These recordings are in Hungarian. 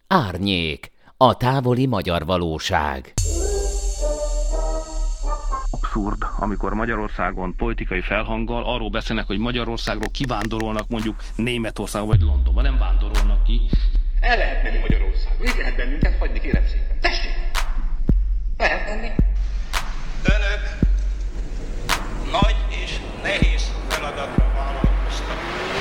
Árnyék, a távoli magyar valóság. Abszurd, amikor Magyarországon politikai felhanggal arról beszélnek, hogy Magyarországról kivándorolnak mondjuk Németországba vagy Londonba, nem vándorolnak ki. El lehet menni Magyarországon, itt lehet bennünket hagyni, kérem szépen. Tessék! Lehet menni. Önök nagy és nehéz feladatra vállalkoztak.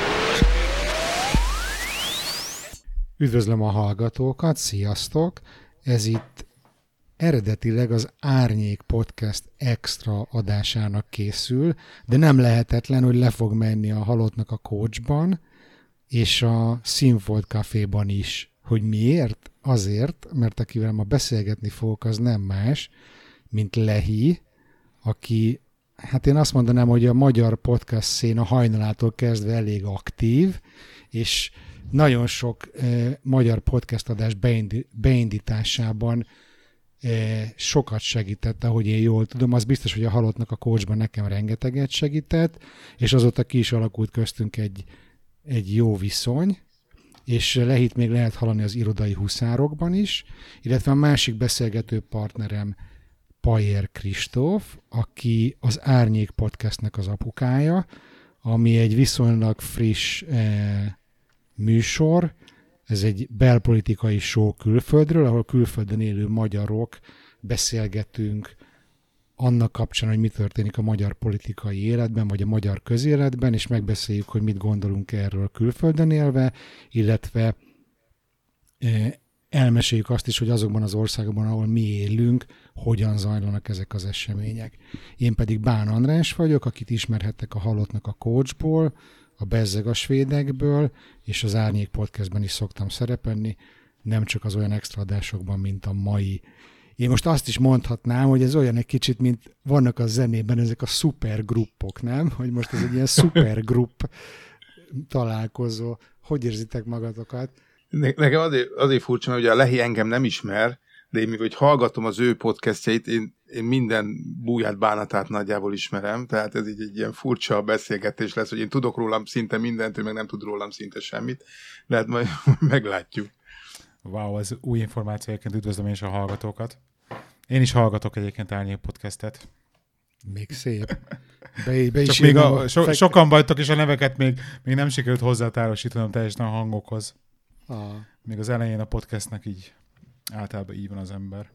Üdvözlöm a hallgatókat, sziasztok! Ez itt eredetileg az Árnyék Podcast extra adásának készül, de nem lehetetlen, hogy le fog menni a Halottnak a Coachban, és a Színfolt Caféban is. Hogy miért? Azért, mert akivel ma beszélgetni fogok, az nem más, mint Lehi, aki, hát én azt mondanám, hogy a magyar podcast széna hajnalától kezdve elég aktív, és nagyon sok magyar podcast adás beindításában sokat segített, ahogy én jól tudom. Az biztos, hogy a Halottnak a Coachban nekem rengeteget segített, és azóta ki is alakult köztünk egy jó viszony, és Lehit még lehet hallani az Irodai Huszárokban is, illetve a másik beszélgető partnerem Pajer Kristóf, aki az Árnyék Podcastnek az apukája, ami egy viszonylag friss műsor. Ez egy belpolitikai show külföldről, ahol külföldön élő magyarok beszélgetünk annak kapcsán, hogy mi történik a magyar politikai életben, vagy a magyar közéletben, és megbeszéljük, hogy mit gondolunk erről külföldön élve, illetve elmeséljük azt is, hogy azokban az országokban, ahol mi élünk, hogyan zajlanak ezek az események. Én pedig Bán András vagyok, akit ismerhettek a Halottnak a Coachból, a Bezzeg a Svédekből, és az Árnyék Podcastben is szoktam szerepelni, nem csak az olyan extra adásokban, mint a mai. Én most azt is mondhatnám, hogy ez olyan egy kicsit, mint vannak a zenében ezek a szupergruppok, nem? Hogy most ez egy ilyen szupergrupp találkozó. Hogy érzitek magatokat? Nekem azért furcsa, mert ugye a Lehi engem nem ismer, de én még, hogy hallgatom az ő podcastjait, én minden búját, bánatát nagyjából ismerem, tehát ez így egy ilyen furcsa beszélgetés lesz, hogy én tudok rólam szinte mindent, ő meg nem tud rólam szinte semmit, de hát majd meglátjuk. Wow, ez új információ, egyébként üdvözlöm én is a hallgatókat. Én is hallgatok egyébként Árnyék Podcastet. Még szép. Be csak még sokan vagytok, és a neveket még nem sikerült hozzátárosítanom teljesen a hangokhoz. Még az elején a podcastnek így általában így van az ember.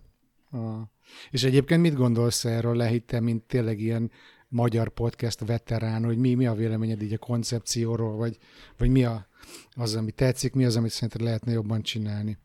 És egyébként mit gondolsz erről, Lehit, mint tényleg ilyen magyar podcast veterán, hogy mi a véleményed így a koncepcióról, vagy mi az, ami tetszik, mi az, amit szerinted lehetne jobban csinálni?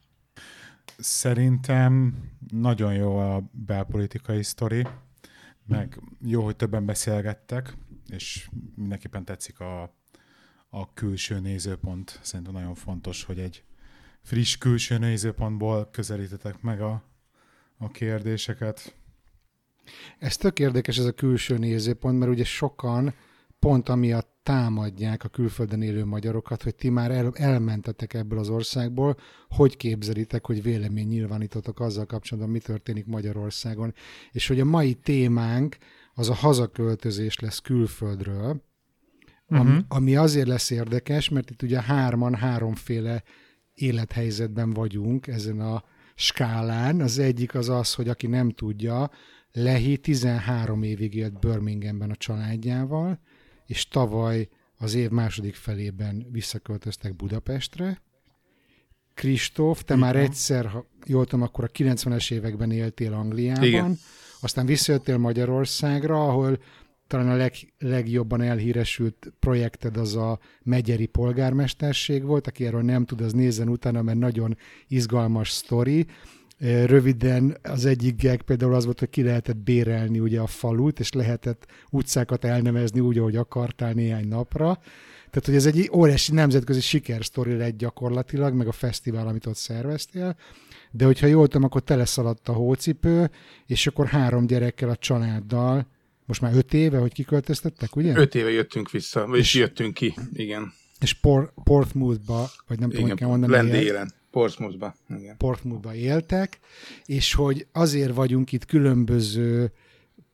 Szerintem nagyon jó a belpolitikai sztori, meg jó, hogy többen beszélgettek, és mindenképpen tetszik a külső nézőpont. Szerintem nagyon fontos, hogy egy friss külső nézőpontból közelítetek meg a kérdéseket. Ez tök érdekes, ez a külső nézőpont, mert ugye sokan pont amiatt támadják a külföldön élő magyarokat, hogy ti már elmentetek ebből az országból, hogy képzelitek, hogy vélemény nyilvánítotok azzal kapcsolatban, mi történik Magyarországon. És hogy a mai témánk az a hazaköltözés lesz külföldről, ami azért lesz érdekes, mert itt ugye háromféle élethelyzetben vagyunk ezen a skálán. Az egyik az, hogy aki nem tudja, Lehi 13 évig élt Birminghamben a családjával, és tavaly az év második felében visszaköltöztek Budapestre. Kristóf, te már egyszer, ha jól tudom, akkor a 90-es években éltél Angliában, igen. Aztán visszajöttél Magyarországra, ahol talán a legjobban elhíresült projekted az a megyeri polgármesterség volt. Aki erről nem tud, az nézzen utána, mert nagyon izgalmas sztori. Röviden az egyik gag például az volt, hogy ki lehetett bérelni ugye a falut, és lehetett utcákat elnevezni úgy, ahogy akartál néhány napra. Tehát, hogy ez egy óriási nemzetközi sikersztori lett gyakorlatilag, meg a fesztivál, amit ott szerveztél. De hogyha jól tudom, akkor teleszaladt a hócipő, és akkor 3 gyerekkel a családdal, most már 5 éve, hogy kiköltöztettek, ugye? 5 éve jöttünk vissza, vagyis jöttünk ki, igen. És Portsmouthba, vagy nem tudom, hogy kell mondani. Glendale-en, Portsmouthba, igen. Portsmouthba éltek, és hogy azért vagyunk itt különböző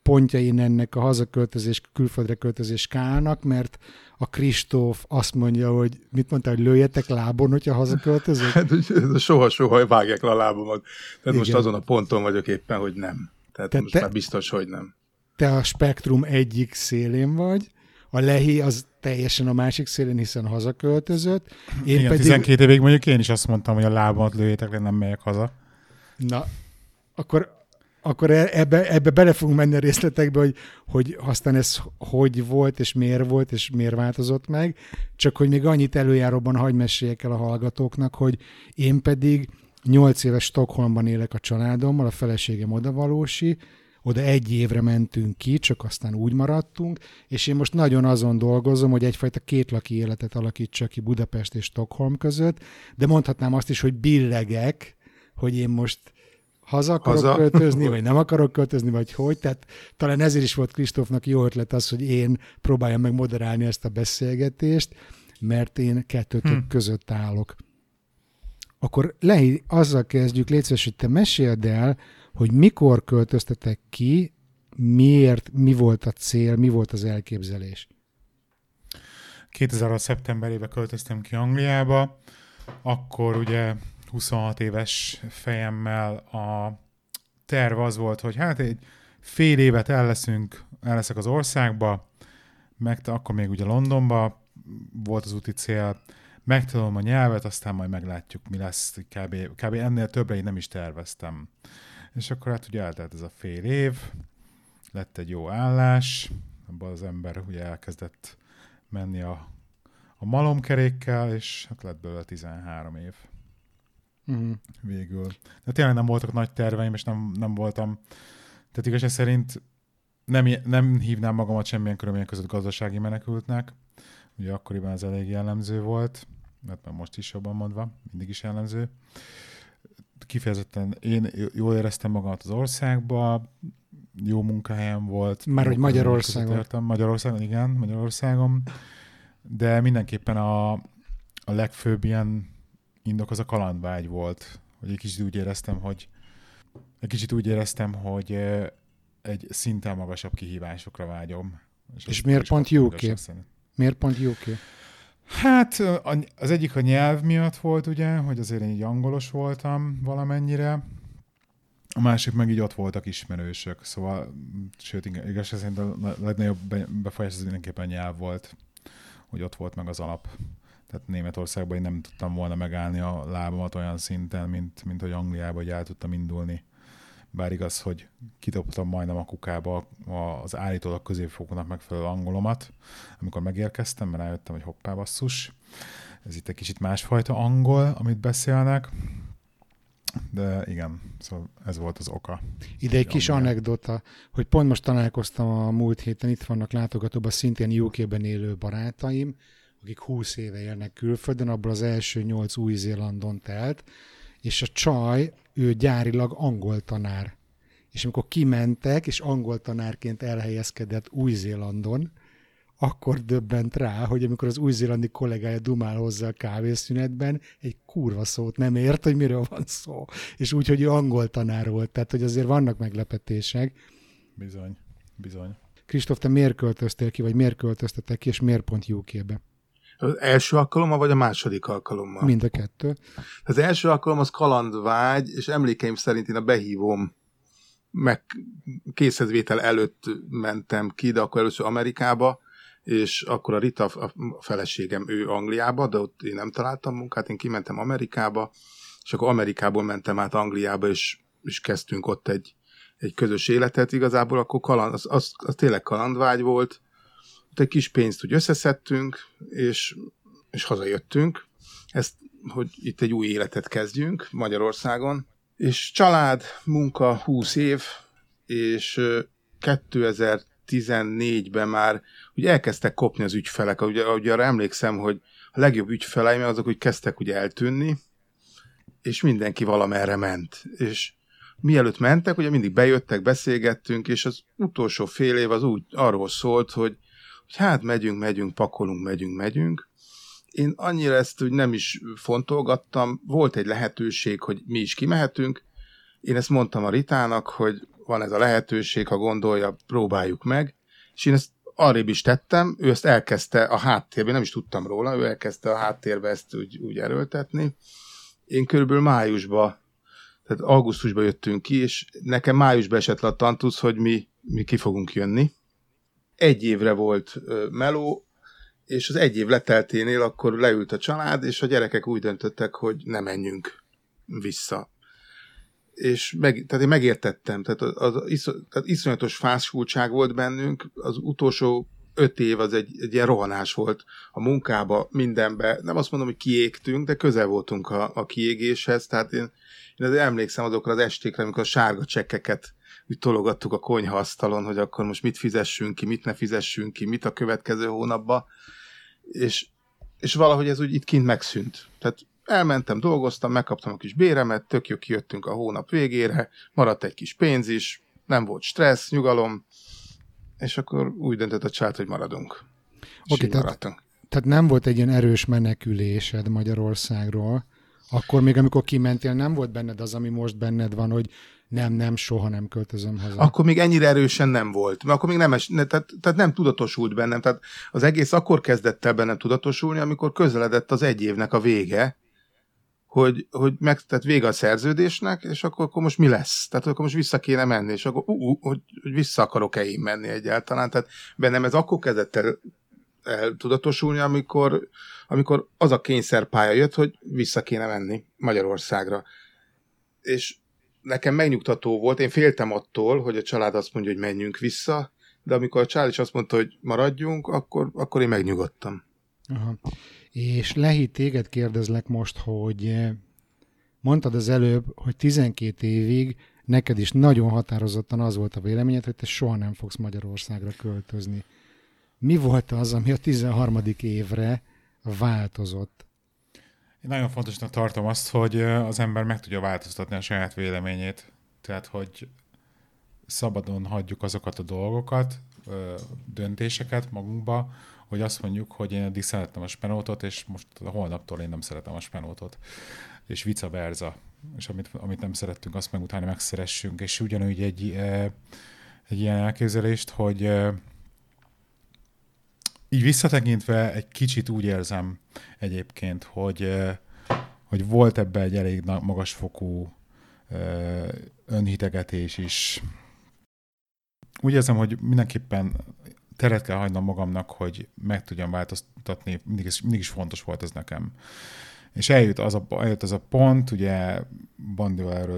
pontjain ennek a hazaköltözés, külföldre költözés skálnak, mert a Kristóf azt mondja, hogy mit mondta, hogy lőjetek lábon, hogyha hazaköltözök? Hát soha vágják le a lábomat. Tehát igen. most azon a ponton vagyok éppen, hogy nem. Tehát most már biztos, hogy nem. Te a spektrum egyik szélén vagy, a Lehi az teljesen a másik szélén, hiszen hazaköltözött. Én igen, pedig... 12 évig mondjuk én is azt mondtam, hogy a lábamat lőjétek le, nem megyek haza. Na, akkor ebbe bele fogunk menni a részletekbe, hogy aztán ez hogy volt, és miért változott meg. Csak hogy még annyit előjáróban hagy meséljek el a hallgatóknak, hogy én pedig 8 éves Stockholmban élek a családommal, a feleségem odavalósi, oda 1 évre mentünk ki, csak aztán úgy maradtunk, és én most nagyon azon dolgozom, hogy egyfajta kétlaki életet alakítsak ki Budapest és Stockholm között, de mondhatnám azt is, hogy billegek, hogy én most haza akarok költözni, vagy nem akarok költözni, vagy hogy. Tehát talán ezért is volt Kristófnak jó ötlet az, hogy én próbáljam meg moderálni ezt a beszélgetést, mert én kettőtök között állok. Akkor Lehi, azzal kezdjük, légy szíves, hogy te meséld el, hogy mikor költöztetek ki, miért, mi volt a cél, mi volt az elképzelés? 2006. szeptemberében költöztem ki Angliába, akkor ugye 26 éves fejemmel a terv az volt, hogy hát egy fél évet elleszek az országba, akkor még ugye Londonba volt az úti cél, megtanulom a nyelvet, aztán majd meglátjuk, mi lesz, kb. Ennél többre én nem is terveztem. És akkor hát ugye eltelt ez a fél év, lett egy jó állás, abban az ember ugye elkezdett menni a malomkerékkel, és hát lett belőle 13 év. Végül. De tényleg nem voltak nagy terveim, és nem voltam, tehát igazság szerint nem hívnám magamat semmilyen körülmények között gazdasági menekültnek. Ugye akkoriban ez elég jellemző volt, mert most is jobban mondva, mindig is jellemző. Kifejezetten én jól éreztem magamat az országba, jó munkahelyem volt. Már hogy Magyarországon. Magyarországon. De mindenképpen a legfőbb ilyen indok az a kalandvágy volt, hogy egy kicsit úgy éreztem, hogy egy szinten magasabb kihívásokra vágyom. És miért pont UK? Miért pont UK? Hát az egyik a nyelv miatt volt, ugye, hogy azért én így angolos voltam valamennyire. A másik meg így ott voltak ismerősök, szóval, sőt, igazság szerint a legnagyobb befolyás az mindenképpen nyelv volt, hogy ott volt meg az alap. Tehát Németországban én nem tudtam volna megállni a lábamat olyan szinten, mint hogy Angliában, hogy el tudtam indulni. Bár igaz, hogy kidobtam majdnem a kukába az állítólag középfokúnak megfelelő angolomat, amikor megérkeztem, mert rájöttem, hogy hoppá basszus. Ez itt egy kicsit másfajta angol, amit beszélnek. De igen, szóval ez volt az oka. Ide egy kis anekdota, hogy pont most találkoztam a múlt héten, itt vannak látogatóban szintén UK-ben élő barátaim, akik 20 éve élnek külföldön, abból az első 8 Új-Zélandon telt, és a csaj, ő gyárilag angol tanár. És amikor kimentek, és angol tanárként elhelyezkedett Új-Zélandon, akkor döbbent rá, hogy amikor az új-zélandi kollégája dumál hozzá a kávészünetben, egy kurva szót nem ért, hogy miről van szó. És úgy, hogy ő angol tanár volt, tehát hogy azért vannak meglepetések. Bizony. Kristóf, te miért költöztél ki, vagy miért költöztetek ki, és miért pont UK-be? Az első alkalommal, vagy a második alkalommal? Mind a kettő. Az első alkalom az kalandvágy, és emlékeim szerint én a behívóm készhezvétel előtt mentem ki, de akkor először Amerikába, és akkor a Rita, a feleségem, ő Angliába, de ott én nem találtam munkát, én kimentem Amerikába, és akkor Amerikából mentem át Angliába, és kezdtünk ott egy közös életet. Igazából akkor az tényleg kalandvágy volt. Ott egy kis pénzt úgy összeszedtünk, és hazajöttünk. Ezt, hogy itt egy új életet kezdjünk Magyarországon. És család, munka 20 év, és 2014-ben már ugye elkezdtek kopni az ügyfelek. Ugye arra emlékszem, hogy a legjobb ügyfeleim azok, hogy kezdtek ugye eltűnni, és mindenki valamerre ment. És mielőtt mentek, ugye mindig bejöttek, beszélgettünk, és az utolsó fél év az úgy arról szólt, hogy hát megyünk, pakolunk, megyünk. Én annyira ezt úgy nem is fontolgattam, volt egy lehetőség, hogy mi is kimehetünk. Én ezt mondtam a Ritának, van ez a lehetőség, ha gondolja, próbáljuk meg. És én ezt arrébb is tettem, ő ezt elkezdte a háttérben, nem is tudtam róla, ő elkezdte a háttérbe ezt úgy erőltetni. Én körülbelül májusban, tehát augusztusban jöttünk ki, és nekem májusban esett le a tantusz, hogy mi ki fogunk jönni. 1 évre volt meló, és az 1 év letelténél akkor leült a család, és a gyerekek úgy döntöttek, hogy ne menjünk vissza. És tehát én megértettem, tehát iszonyatos fásultság volt bennünk, az utolsó 5 év az egy ilyen rohanás volt a munkába, mindenbe, nem azt mondom, hogy kiégtünk, de közel voltunk a kiégéshez, tehát én azért emlékszem azokra az estékre, amikor a sárga csekkeket úgy tologattuk a konyhaasztalon, hogy akkor most mit fizessünk ki, mit ne fizessünk ki, mit a következő hónapban, és valahogy ez úgy itt kint megszűnt. Tehát elmentem, dolgoztam, megkaptam a kis béremet, tök jó kijöttünk a hónap végére, maradt egy kis pénz is, nem volt stressz, nyugalom, és akkor úgy döntött a család, hogy maradunk. Oké, tehát nem volt egy ilyen erős menekülésed Magyarországról, akkor még amikor kimentél, nem volt benned az, ami most benned van, hogy nem, soha nem költözöm haza. Akkor még ennyire erősen nem volt, mert akkor még tehát nem tudatosult bennem, tehát az egész akkor kezdett el bennem tudatosulni, amikor közeledett az 1 évnek a vége, hogy tehát vége a szerződésnek, és akkor most mi lesz? Tehát akkor most vissza kéne menni, és akkor hogy vissza akarok-e én menni egyáltalán. Tehát bennem ez akkor kezdett el tudatosulni, amikor az a kényszerpálya jött, hogy vissza kéne menni Magyarországra. És nekem megnyugtató volt, én féltem attól, hogy a család azt mondja, hogy menjünk vissza, de amikor a család is azt mondta, hogy maradjunk, akkor én megnyugodtam. Aha. És Lehi, téged kérdezlek most, hogy mondtad az előbb, hogy 12 évig neked is nagyon határozottan az volt a véleményed, hogy te soha nem fogsz Magyarországra költözni. Mi volt az, ami a 13. évre változott? Én nagyon fontosnak tartom azt, hogy az ember meg tudja változtatni a saját véleményét. Tehát, hogy szabadon hagyjuk azokat a dolgokat, döntéseket magunkba, hogy azt mondjuk, hogy én eddig szerettem a spenótot, és most a holnaptól én nem szeretem a spenótot. És vice versa. És amit nem szerettünk, azt meg utána megszeressünk. És ugyanúgy egy ilyen elképzelést, hogy így visszatekintve egy kicsit úgy érzem egyébként, hogy volt ebbe egy elég magasfokú önhitegetés is. Úgy érzem, hogy mindenképpen teret kell hagynom magamnak, hogy meg tudjam változtatni, mindig is fontos volt ez nekem. És eljött az a pont, ugye Bandival erről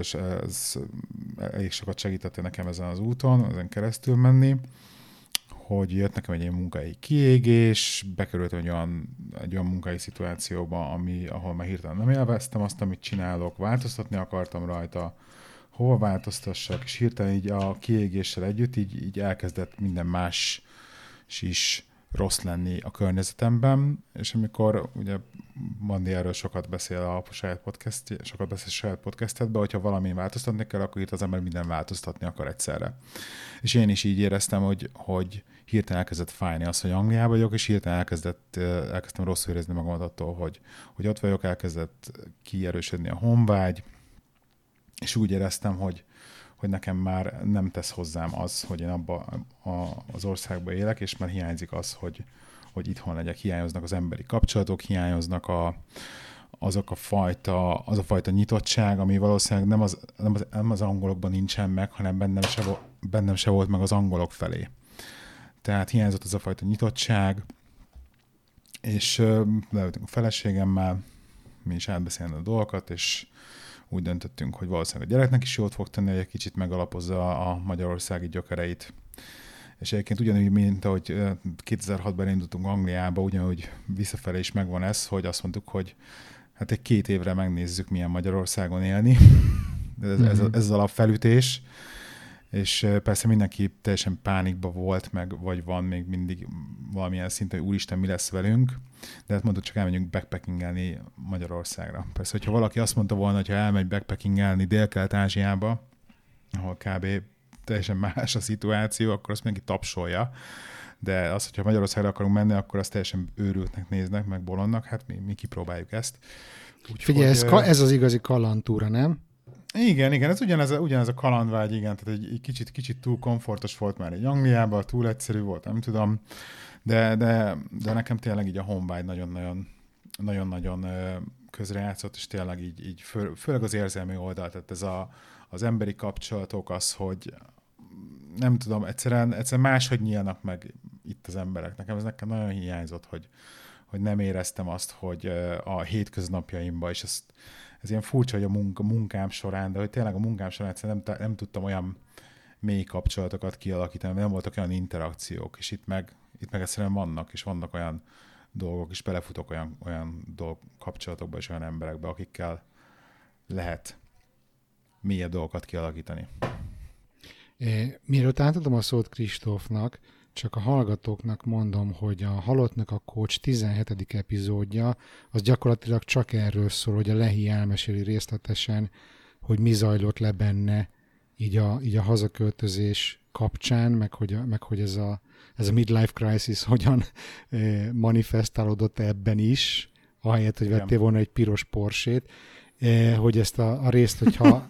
elég sokat segítette nekem ezen az úton, ezen keresztül menni, hogy jött nekem egy ilyen munkai kiégés, bekerültem egy olyan munkai szituációba, ahol már hirtelen nem élveztem azt, amit csinálok, változtatni akartam rajta, hova változtassak, és hirtelen így a kiégéssel együtt így elkezdett minden más is rossz lenni a környezetemben, és amikor ugye Bandi erről sokat beszél a saját podcastedben, hogyha valamin változtatni kell, akkor itt az ember minden változtatni akar egyszerre. És én is így éreztem, hogy hirtelen elkezdett fájni az, hogy Angliában vagyok, és hirtelen elkezdtem rosszul érezni magamat attól, hogy ott vagyok, elkezdett kierősödni a honvágy, és úgy éreztem, hogy nekem már nem tesz hozzám az, hogy én abba az országba élek, és már hiányzik az, hogy itthon legyek. Hiányoznak az emberi kapcsolatok, hiányoznak az a fajta nyitottság, ami valószínűleg nem az angolokban nincsen meg, hanem bennem se volt meg az angolok felé. Tehát hiányzott az a fajta nyitottság, és leültünk a feleségemmel, mi is átbeszélni a dolgokat, és úgy döntöttünk, hogy valószínűleg a gyereknek is jót fog tenni, hogy egy kicsit megalapozza a magyarországi gyökereit. És egyébként ugyanúgy, mint ahogy 2006-ban indultunk Angliába, ugyanúgy visszafelé is megvan ez, hogy azt mondtuk, hogy hát egy 2 évre megnézzük, milyen Magyarországon élni. Ez az alapfelütés. És persze mindenki teljesen pánikba volt, vagy van még mindig valamilyen szinten, hogy úristen, mi lesz velünk, de hát mondtuk, csak elmegyünk backpackingelni Magyarországra. Persze, hogyha valaki azt mondta volna, hogy ha elmegy backpackingelni Dél-Kelet-Ázsiába, ahol kb. Teljesen más a szituáció, akkor azt mindenki tapsolja, de az, hogyha Magyarországra akarunk menni, akkor azt teljesen őrültnek néznek, meg bolondnak, hát mi kipróbáljuk ezt. Figyelj, ez az igazi kalandtúra, nem? Igen, ez ugyanez a kalandvágy, igen, tehát egy kicsit túl komfortos volt már egy Angliában, túl egyszerű volt, nem tudom, de nekem tényleg így a honvágy nagyon-nagyon közrejátszott, és tényleg így főleg az érzelmi oldal, tehát ez az emberi kapcsolatok, az, hogy nem tudom, egyszerűen máshogy nyílnak meg itt az emberek. Nekem nagyon hiányzott, hogy nem éreztem azt, hogy a hétköznapjaimban, és ez ilyen furcsa, hogy a munkám során, de hogy tényleg a munkám során egyszerűen nem tudtam olyan mély kapcsolatokat kialakítani, nem voltak olyan interakciók, és itt meg egyszerűen vannak olyan dolgok, és belefutok olyan kapcsolatokba és olyan emberekbe, akikkel lehet mélyebb dolgokat kialakítani. Mielőtt átadom a szót Kristófnak, csak a hallgatóknak mondom, hogy a Halottnak a Coach 17. epizódja, az gyakorlatilag csak erről szól, hogy a Lehi elmeséli részletesen, hogy mi zajlott le benne így a hazaköltözés kapcsán, meg hogy ez a midlife crisis hogyan manifestálódott ebben is, ahelyett, hogy vettél volna egy piros Porsét, hogy ezt a részt,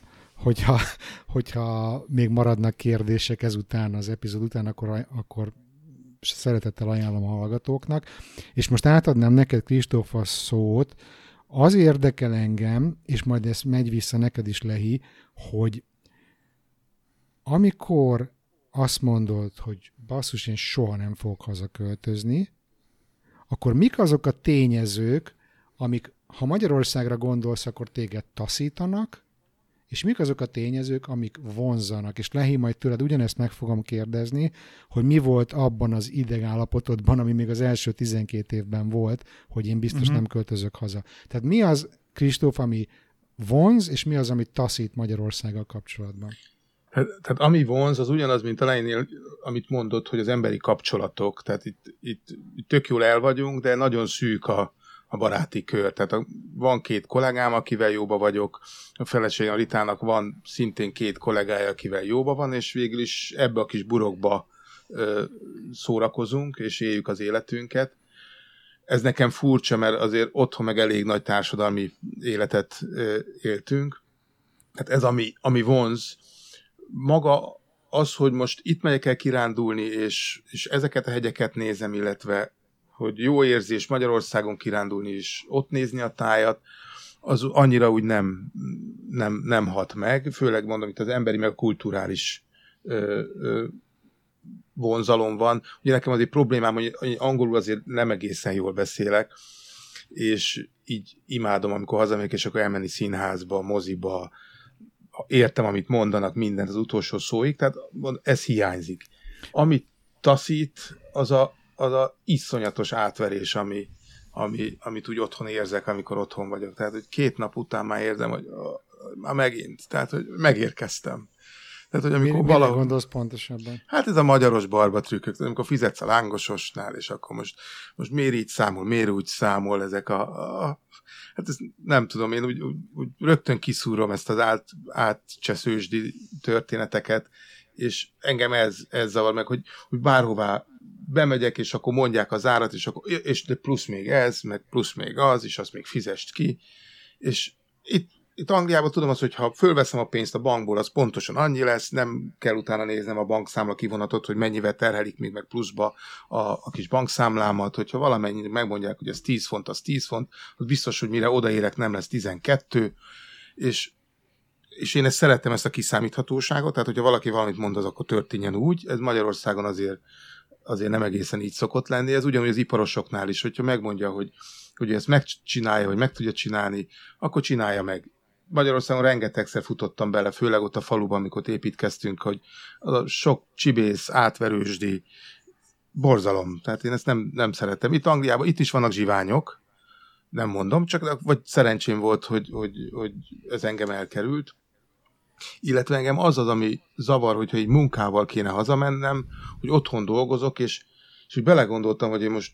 hogyha még maradnak kérdések ezután, az epizód után, akkor szeretettel ajánlom a hallgatóknak. És most átadnám neked, Kristóf, a szót. Az érdekel engem, és majd ez megy vissza neked is, Lehi, hogy amikor azt mondod, hogy basszus, én soha nem fogok hazaköltözni, akkor mik azok a tényezők, amik, ha Magyarországra gondolsz, akkor téged taszítanak, és mik azok a tényezők, amik vonzanak? És Lehi, majd tőled ugyanezt meg fogom kérdezni, hogy mi volt abban az idegállapotodban, ami még az első 12 évben volt, hogy én biztos nem költözök haza. Tehát mi az, Kristóf, ami vonz, és mi az, ami taszít Magyarországgal kapcsolatban? Tehát ami vonz, az ugyanaz, mint a Lehinél, amit mondott, hogy az emberi kapcsolatok. Tehát itt tök jól el vagyunk, de nagyon szűk a baráti kör. Tehát van 2 kollégám, akivel jóba vagyok, a feleségem Ritának van szintén 2 kollégája, akivel jóba van, és végül is ebbe a kis burokba szórakozunk, és éljük az életünket. Ez nekem furcsa, mert azért otthon meg elég nagy társadalmi életet éltünk. Tehát ez, ami vonz. Maga az, hogy most itt megyek el kirándulni, és ezeket a hegyeket nézem, illetve hogy jó érzés Magyarországon kirándulni és ott nézni a tájat, az annyira úgy nem hat meg, főleg mondom, itt az emberi meg a kulturális vonzalom van. Ugye nekem azért problémám, hogy angolul azért nem egészen jól beszélek, és így imádom, amikor hazamegyek, és akkor elmenni színházba, moziba, értem, amit mondanak, mindent az utolsó szóig, tehát ez hiányzik. Amit taszít, az a iszonyatos átverés, amit úgy otthon érzek, amikor otthon vagyok. Tehát, hogy 2 nap után már érzem, hogy már megint, tehát, hogy megérkeztem. Tehát, hogy amikor Mire gondolsz pontosabban? Hát ez a magyaros barba trükkök, amikor fizetsz a lángososnál, és akkor most miért így számol, miért úgy számol ezek hát ezt nem tudom, én úgy rögtön kiszúrom ezt az átcseszősdi történeteket, és engem ez zavar meg, hogy bárhová bemegyek, és akkor mondják az árat, és de plusz még ez, meg plusz még az, és azt még fizest ki. És itt Angliában tudom azt, hogy ha fölveszem a pénzt a bankból, az pontosan annyi lesz, nem kell utána néznem a bankszámla kivonatot, hogy mennyivel terhelik még meg pluszba a kis bankszámlámat, hogyha valamennyi megmondják, hogy ez 10 font, az 10 font, az biztos, hogy mire odaérek, nem lesz 12, és én ezt szeretem, ezt a kiszámíthatóságot, tehát hogyha valaki valamit mond, az akkor történjen úgy. Ez Magyarországon azért nem egészen így szokott lenni. Ez ugyanúgy az iparosoknál is, hogyha megmondja, hogy ezt megcsinálja, hogy meg tudja csinálni, akkor csinálja meg. Magyarországon rengetegszer futottam bele, főleg ott a faluban, amikor építkeztünk, hogy az a sok csibész, átverősdi, borzalom. Tehát én ezt nem szeretem. Itt Angliában, itt is vannak zsiványok, nem mondom, csak vagy szerencsém volt, hogy ez engem elkerült. Illetve engem az, ami zavar, hogyha egy munkával kéne hazamennem, hogy otthon dolgozok, és úgy belegondoltam, hogy én most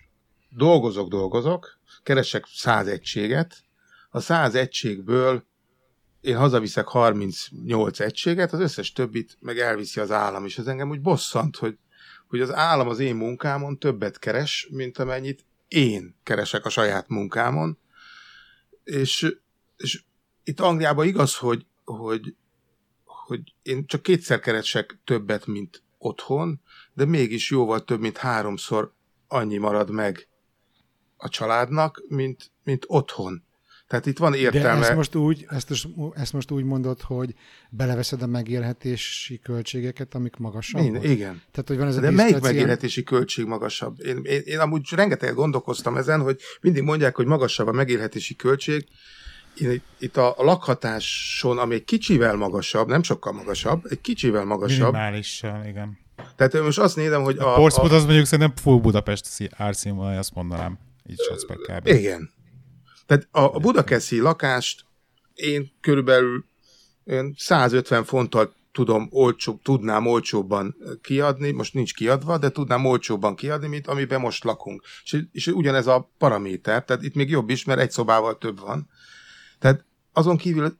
dolgozok, keresek 100 egységet, a 100 egységből én hazaviszek 38 egységet, az összes többit meg elviszi az állam, és ez engem úgy bosszant, hogy az állam az én munkámon többet keres, mint amennyit én keresek a saját munkámon. És itt Angliában igaz, hogy én csak 2-szer keresek többet, mint otthon, de mégis jóval több, mint 3-szor annyi marad meg a családnak, mint otthon. Tehát itt van értelme. De ezt most úgy mondod, hogy beleveszed a megélhetési költségeket, amik magasabbak? Igen. Tehát, hogy van ez a de melyik megélhetési költség magasabb? Én amúgy rengeteget gondolkoztam ezen, hogy mindig mondják, hogy magasabb a megélhetési költség. Itt a lakhatáson, ami egy kicsivel magasabb, nem sokkal magasabb, egy kicsivel magasabb. Minimálisan, igen. Tehát most azt nézem, hogy a Portsmouth az mondjuk szerintem full Budapest árszínvonal, azt mondanám. Így kb. Igen. Tehát a budakeszi lakást én körülbelül 150 fonttal tudnám olcsóbban kiadni, most nincs kiadva, de tudnám olcsóbban kiadni, mint amiben most lakunk. És ugyanez a paraméter, tehát itt még jobb is, mert egy szobával több van. Tehát azon kívül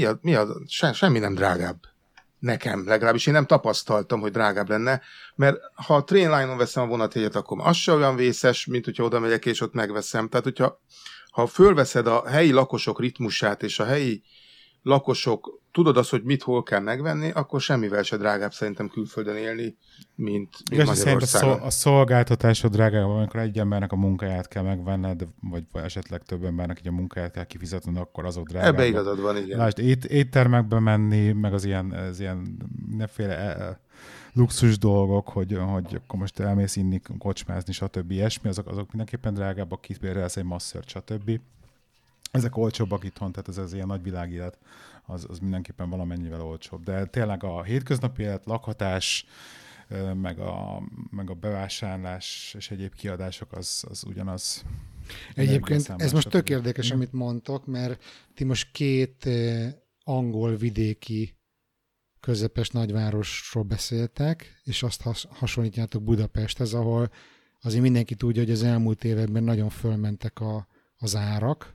semmi nem drágább. Nekem legalábbis én nem tapasztaltam, hogy drágább lenne, mert ha a Trainline-on veszem a vonatjegyet, akkor az se olyan vészes, mint hogyha oda megyek és ott megveszem. Tehát, ha fölveszed a helyi lakosok ritmusát, és a helyi lakosok tudod azt, hogy mit hol kell megvenni, akkor semmivel se drágább szerintem külföldön élni, mint Magyarországon. A szolgáltatásod drágább, amikor egy embernek a munkáját kell megvenned, vagy esetleg több embernek így a munkáját kell kifizetned, akkor azok drágább. Ebbe igazad van, igen. Lásd, éttermekbe menni, meg az ilyen mindenféle luxus dolgok, hogy akkor most elmész inni, kocsmázni, stb. Ilyesmi, azok mindenképpen drágábbak, kibérelsz egy masszört, stb. Ezek olcsóbbak itthon, tehát ez ilyen nagy világélet, az mindenképpen valamennyivel olcsóbb. De tényleg a hétköznapi élet, lakhatás, meg a bevásárlás és egyéb kiadások az ugyanaz. Egyébként ez most tök érdekes, amit mondtok, mert ti most 2 angol vidéki közepes nagyvárosról beszéltek, és azt hasonlítjátok Budapesthez, ahol azért mindenki tudja, hogy az elmúlt években nagyon fölmentek az árak,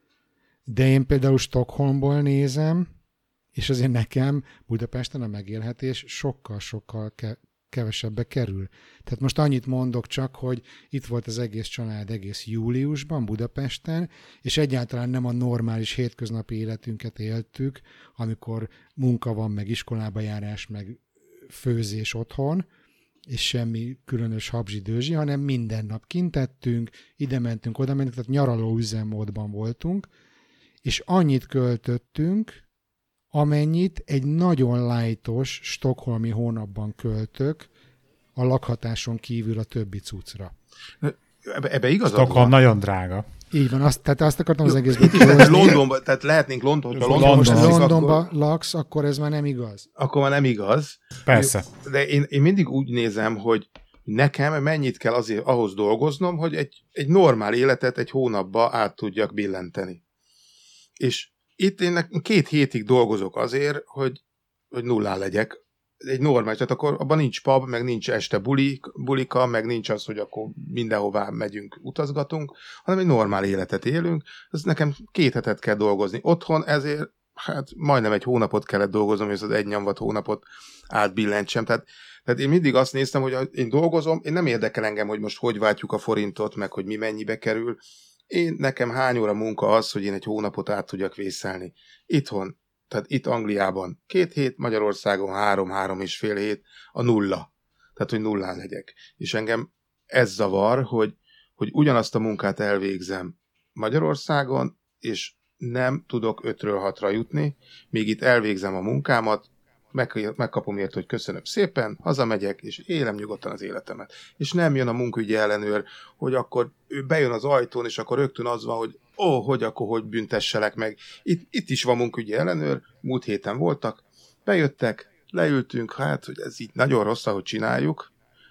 de én például Stockholmból nézem, és azért nekem Budapesten a megélhetés sokkal-sokkal kevesebbe kerül. Tehát most annyit mondok csak, hogy itt volt az egész család egész júliusban Budapesten, és egyáltalán nem a normális hétköznapi életünket éltük, amikor munka van, meg iskolába járás, meg főzés otthon, és semmi különös habzsi-dőzsi, hanem minden nap kint tettünk, ide mentünk, oda mentünk, tehát nyaraló üzemmódban voltunk, és annyit költöttünk, amennyit egy nagyon lightos stockholmi hónapban költök a lakhatáson kívül a többi cuccra. Ebbe igazad Stockholm van. Nagyon drága. Így van, tehát azt akartam az egészben kihozni. Londonban, tehát lehetnénk Londonban laksz, akkor ez már nem igaz. Akkor már nem igaz. Persze. De én mindig úgy nézem, hogy nekem mennyit kell azért ahhoz dolgoznom, hogy egy normál életet egy hónapba át tudjak billenteni. És itt én 2 hétig dolgozok azért, hogy nullán legyek. Egy normális, tehát akkor abban nincs pub, meg nincs este bulika, meg nincs az, hogy akkor mindenhová megyünk, utazgatunk, hanem egy normál életet élünk. Ez nekem 2 hetet kell dolgozni. Otthon ezért majdnem egy hónapot kellett dolgoznom, és az egy nyomvat hónapot átbillentsem. Tehát én mindig azt néztem, hogy én dolgozom, én nem érdekel engem, hogy most hogy váltjuk a forintot, meg hogy mi mennyibe kerül. Nekem hány óra munka az, hogy én egy hónapot át tudjak vészelni. Itthon, tehát itt Angliában 2 hét, Magyarországon 3-3,5 hét a nulla. Tehát, hogy nullán legyek. És engem ez zavar, hogy ugyanazt a munkát elvégzem Magyarországon, és nem tudok 5-ről 6-ra jutni, míg itt elvégzem a munkámat, megkapom ért, hogy köszönöm szépen, hazamegyek, és élem nyugodtan az életemet. És nem jön a munkaügyi ellenőr, hogy akkor ő bejön az ajtón, és akkor rögtön az van, hogy hogy büntesselek meg. Itt is van munkaügyi ellenőr, múlt héten voltak, bejöttek, leültünk, hogy ez így nagyon rossz, ahogy csináljuk,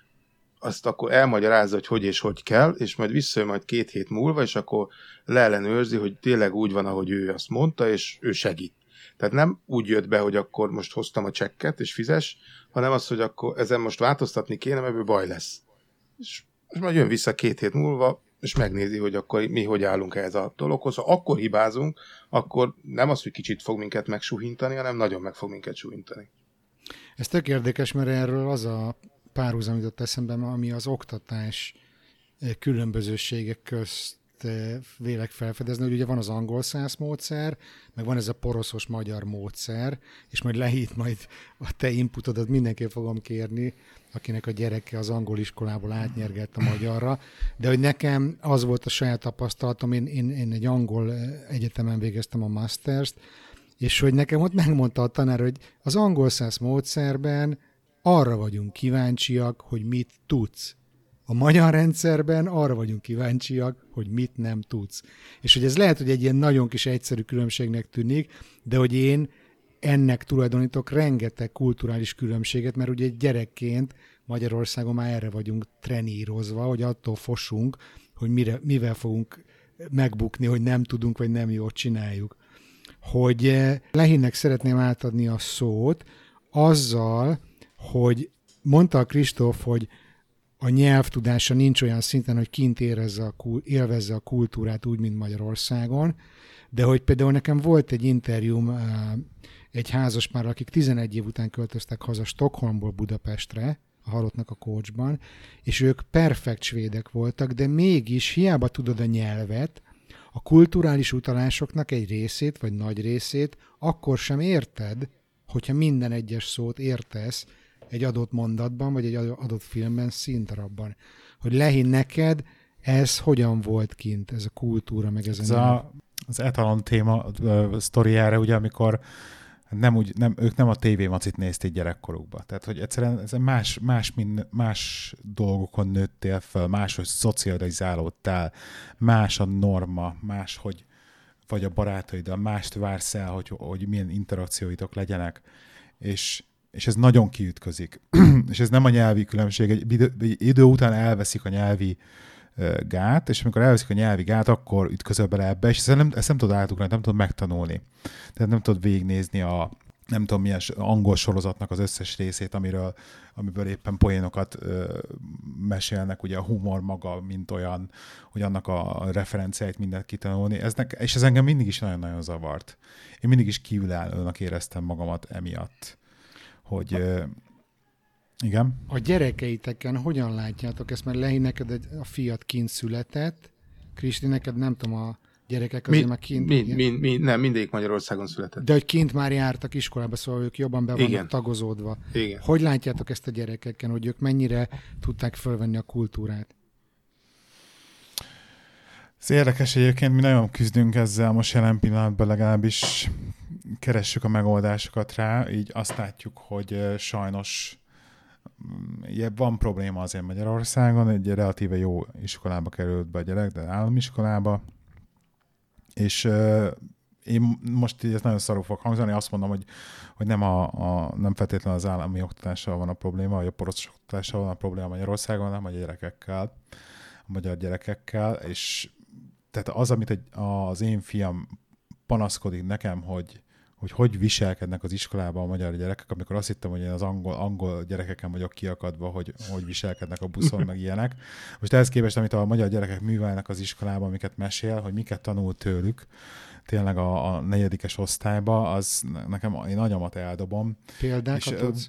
azt akkor elmagyarázza, hogy és hogy kell, és majd visszajön majd 2 hét múlva, és akkor leellenőrzi, hogy tényleg úgy van, ahogy ő azt mondta, és ő segít. Tehát nem úgy jött be, hogy akkor most hoztam a csekket, és fizes, hanem az, hogy akkor ezen most változtatni kéne, mert ebből baj lesz. És majd jön vissza 2 hét múlva, és megnézi, hogy akkor mi hogy állunk ehhez a dologhoz. Ha akkor hibázunk, akkor nem az, hogy kicsit fog minket megsuhintani, hanem nagyon meg fog minket suhintani. Ez tök érdekes, mert erről az a párhuzam jutott eszembe, ami az oktatás különbözőségek közt azt vélek felfedezni, hogy ugye van az angol száz módszer, meg van ez a poroszos magyar módszer, és majd Lehit, majd a te inputodat mindenképp fogom kérni, akinek a gyereke az angol iskolából átnyergelt a magyarra, de hogy nekem az volt a saját tapasztalatom, én egy angol egyetemen végeztem a masterst, és hogy nekem ott megmondta a tanár, hogy az angol száz módszerben arra vagyunk kíváncsiak, hogy mit tudsz. A magyar rendszerben arra vagyunk kíváncsiak, hogy mit nem tudsz. És hogy ez lehet, hogy egy ilyen nagyon kis egyszerű különbségnek tűnik, de hogy én ennek tulajdonítok rengeteg kulturális különbséget, mert ugye gyerekként Magyarországon már erre vagyunk trenírozva, hogy attól fosunk, hogy mivel fogunk megbukni, hogy nem tudunk, vagy nem jól csináljuk. Hogy Lehinnek szeretném átadni a szót azzal, hogy mondta a Kristóf, hogy a nyelvtudása nincs olyan szinten, hogy kint élvezze a kultúrát úgy, mint Magyarországon, de hogy például nekem volt egy interjúm egy házaspárral, akik 11 év után költöztek haza Stockholmból Budapestre, a Halottnak a Kócsban, és ők perfekt svédek voltak, de mégis hiába tudod a nyelvet, a kulturális utalásoknak egy részét, vagy nagy részét akkor sem érted, hogyha minden egyes szót értesz egy adott mondatban, vagy egy adott filmben, színdarabban. Hogy Lehi, neked ez hogyan volt kint, ez a kultúra, meg ez a az etalon téma sztoriára, ugye, amikor ők nem a tévémacit nézték gyerekkorukba. Tehát, hogy egyszerűen ez más dolgokon nőttél fel, máshogy szocializálódtál, más a norma, máshogy vagy a barátaiddal, mást vársz el, hogy milyen interakcióitok legyenek, és ez nagyon kiütközik. És ez nem a nyelvi különbség, egy idő után elveszik a nyelvi gát, és amikor elveszik a nyelvi gát, akkor ütközöl bele ebbe, és ezt nem tudod átugrani, nem tudod megtanulni. Tehát nem tudod végignézni nem tudom milyen angol sorozatnak az összes részét, amiből éppen poénokat mesélnek, ugye a humor maga, mint olyan, hogy annak a referenciáit mindent kitanulni. És ez engem mindig is nagyon-nagyon zavart. Én mindig is kívülállónak éreztem magamat emiatt, hogy igen. A gyerekeiteken hogyan látjátok ezt? Mert Lehi, neked a fiat kint született, Kristi, neked nem tudom, a gyerekek azért már kint... Nem, mindegyik Magyarországon született. De hogy kint már jártak iskolába, szóval ők jobban be vannak Igen. tagozódva. Igen. Hogy látjátok ezt a gyerekeken, hogy ők mennyire tudták fölvenni a kultúrát? Ez érdekes egyébként, mi nagyon küzdünk ezzel most jelen pillanatban, legalábbis keressük a megoldásokat rá, így azt látjuk, hogy sajnos van probléma azért Magyarországon, egy relatíve jó iskolába került be a gyerek, de állami iskolába, és én most így ezt nagyon szarul fog hangzani, azt mondom, hogy nem feltétlenül az állami oktatással van a probléma, vagy a poroszos oktatással van a probléma Magyarországon, hanem a gyerekekkel, a magyar gyerekekkel, és tehát az, amit az én fiam panaszkodik nekem, hogy viselkednek az iskolában a magyar gyerekek, amikor azt hittem, hogy én az angol gyerekeken vagyok kiakadva, hogy viselkednek a buszon, meg ilyenek. Most ehhez képest, amit a magyar gyerekek művelnek az iskolában, amiket mesél, hogy miket tanul tőlük, tényleg a 4. osztályba, az nekem, én agyamat eldobom. Példákat tudsz?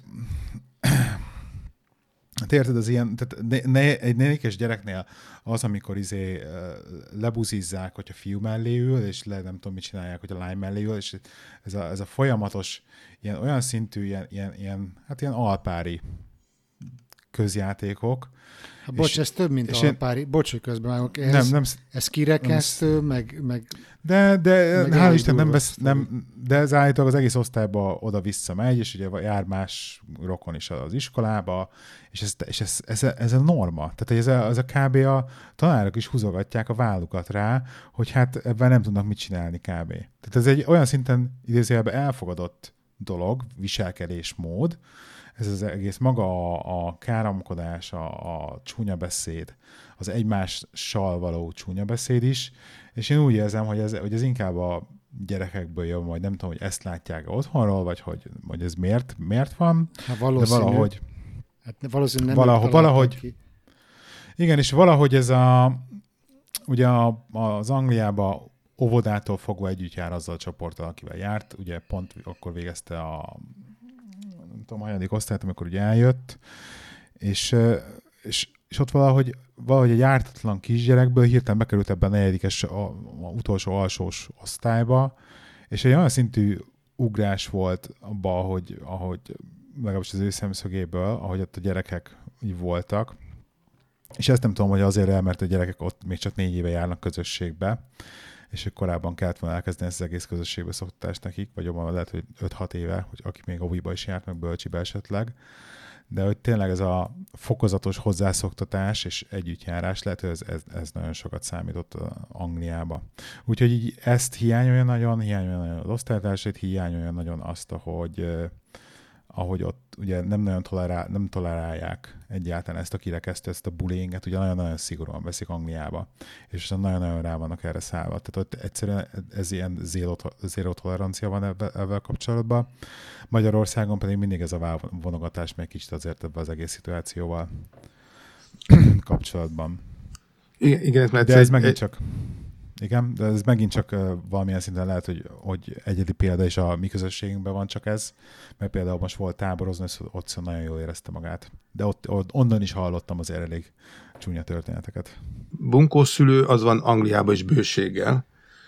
Hát érted, az ilyen, tehát egy 4-es gyereknél az, amikor lebuzizzák, hogyha fiú mellé ül, és nem tudom, mit csinálják, hogy a lány mellé ül, és ez a folyamatos, olyan szintű, ilyen alpári közjátékok. Bocs, ez több, mint alpári. Bocs, hogy közbevágok. Ez kirekesztő, meg de hál' Isten de ez állítólag az egész osztályba oda-vissza megy, és ugye jár más rokon is az iskolába, és ez a norma. Tehát ez a kb. A tanárok is húzogatják a vállukat rá, hogy hát ebben nem tudnak mit csinálni kb. Tehát ez egy olyan szinten idézőjelben elfogadott dolog, viselkedésmód, ez az egész maga a káromkodás, a csúnya beszéd, az egymással való csúnya beszéd is, és én úgy érzem, hogy ez inkább a gyerekekből jön, vagy nem tudom, hogy ezt látják otthonról, vagy hogy ez miért van, hát valószínű. De valahogy... Hát valószínűleg nem valahogy ki. Igen, és valahogy ez ugye az Angliában óvodától fogva együtt jár azzal a csoporttal, akivel járt, ugye pont akkor végezte a hanyadik osztályt, amikor ugye eljött, és és ott valahogy egy ártatlan kisgyerekből hirtelen bekerült ebben a negyedikes, a utolsó alsós osztályba, és egy olyan szintű ugrás volt abba, ahogy legalábbis az ő szemszögéből, ahogy ott a gyerekek így voltak, és ezt nem tudom, hogy azért mert a gyerekek ott még csak 4 éve járnak közösségbe, és korábban kellett volna elkezdeni ezt az egész közösségbe szoktatást nekik, vagy jobban lehet, hogy 5-6 éve, hogy aki még óviba is járt, meg bölcsibe esetleg, de hogy tényleg ez a fokozatos hozzászoktatás és együttjárás lehet, hogy ez nagyon sokat számított Angliába. Úgyhogy így ezt hiányolja nagyon az osztálytársait, hiányolja nagyon azt, ahogy ott ugye nem tolerálják egyáltalán ezt a kirekesztő, ezt a bullyinget, ugye nagyon-nagyon szigorúan veszik Angliába, és nagyon-nagyon rá vannak erre szállva. Tehát ott egyszerűen ez ilyen zéró tolerancia van ebben kapcsolatban. Magyarországon pedig mindig ez a vonogatás meg kicsit azért ebben az egész szituációval kapcsolatban. Igen, de ez megint csak... Igen, de ez megint csak valamilyen szinten lehet, hogy egyedi példa is a mi közösségünkben van csak ez, mert például most volt táborozni, és ott nagyon jól érezte magát. De onnan is hallottam azért elég csúnya történeteket. Bunkószülő az van Angliában is bőséggel,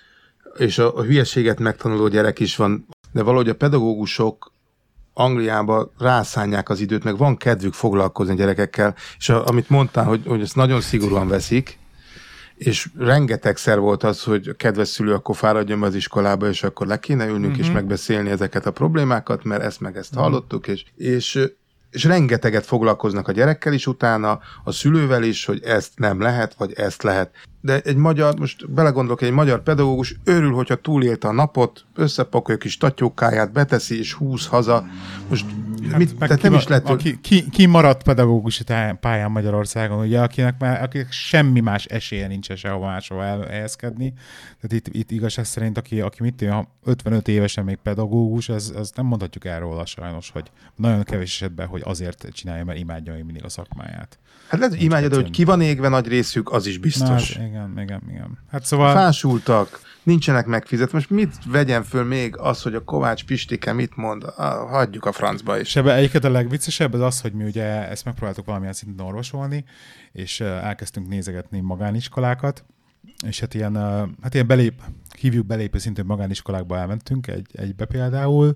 és a hülyeséget megtanuló gyerek is van, de valahogy a pedagógusok Angliában rászánják az időt, meg van kedvük foglalkozni a gyerekekkel, és amit mondtál, hogy ezt nagyon szigorúan veszik, és rengetegszer volt az, hogy a kedves szülő akkor fáradjon be az iskolába, és akkor le kéne ülnünk és megbeszélni ezeket a problémákat, mert ezt hallottuk, és rengeteget foglalkoznak a gyerekkel is utána, a szülővel is, hogy ezt nem lehet, vagy ezt lehet. De egy magyar, most belegondolok, egy magyar pedagógus örül, hogyha túlélte a napot, összepakolja kis tatyókáját, beteszi és húz haza. Most tehát nem is lehet... Ki maradt pedagógusi pályán Magyarországon, ugye, akinek semmi más esélye nincs sehova máshova elhelyezkedni. Tehát itt igazság szerint, aki mit ha 55 évesen még pedagógus, az nem mondhatjuk el róla sajnos, hogy nagyon kevés esetben, hogy azért csinálja, mert imádja még mindig a szakmáját. Hát lehet, hogy imádja, de hogy ki van égve nagy részük, az is biztos. Na, igen. Hát szóval... Fásultak, nincsenek megfizetve. Most mit vegyen föl még az, hogy a Kovács Pistike mit mond? Hagyjuk a francba is. És ebben egyébként a legviccesebb az, hogy mi ugye ezt megpróbáltuk valamilyen szinten orvosolni, és elkezdtünk nézegetni magániskolákat, és hát ilyen hívjuk belépő szintű magániskolákba elmentünk egybe például,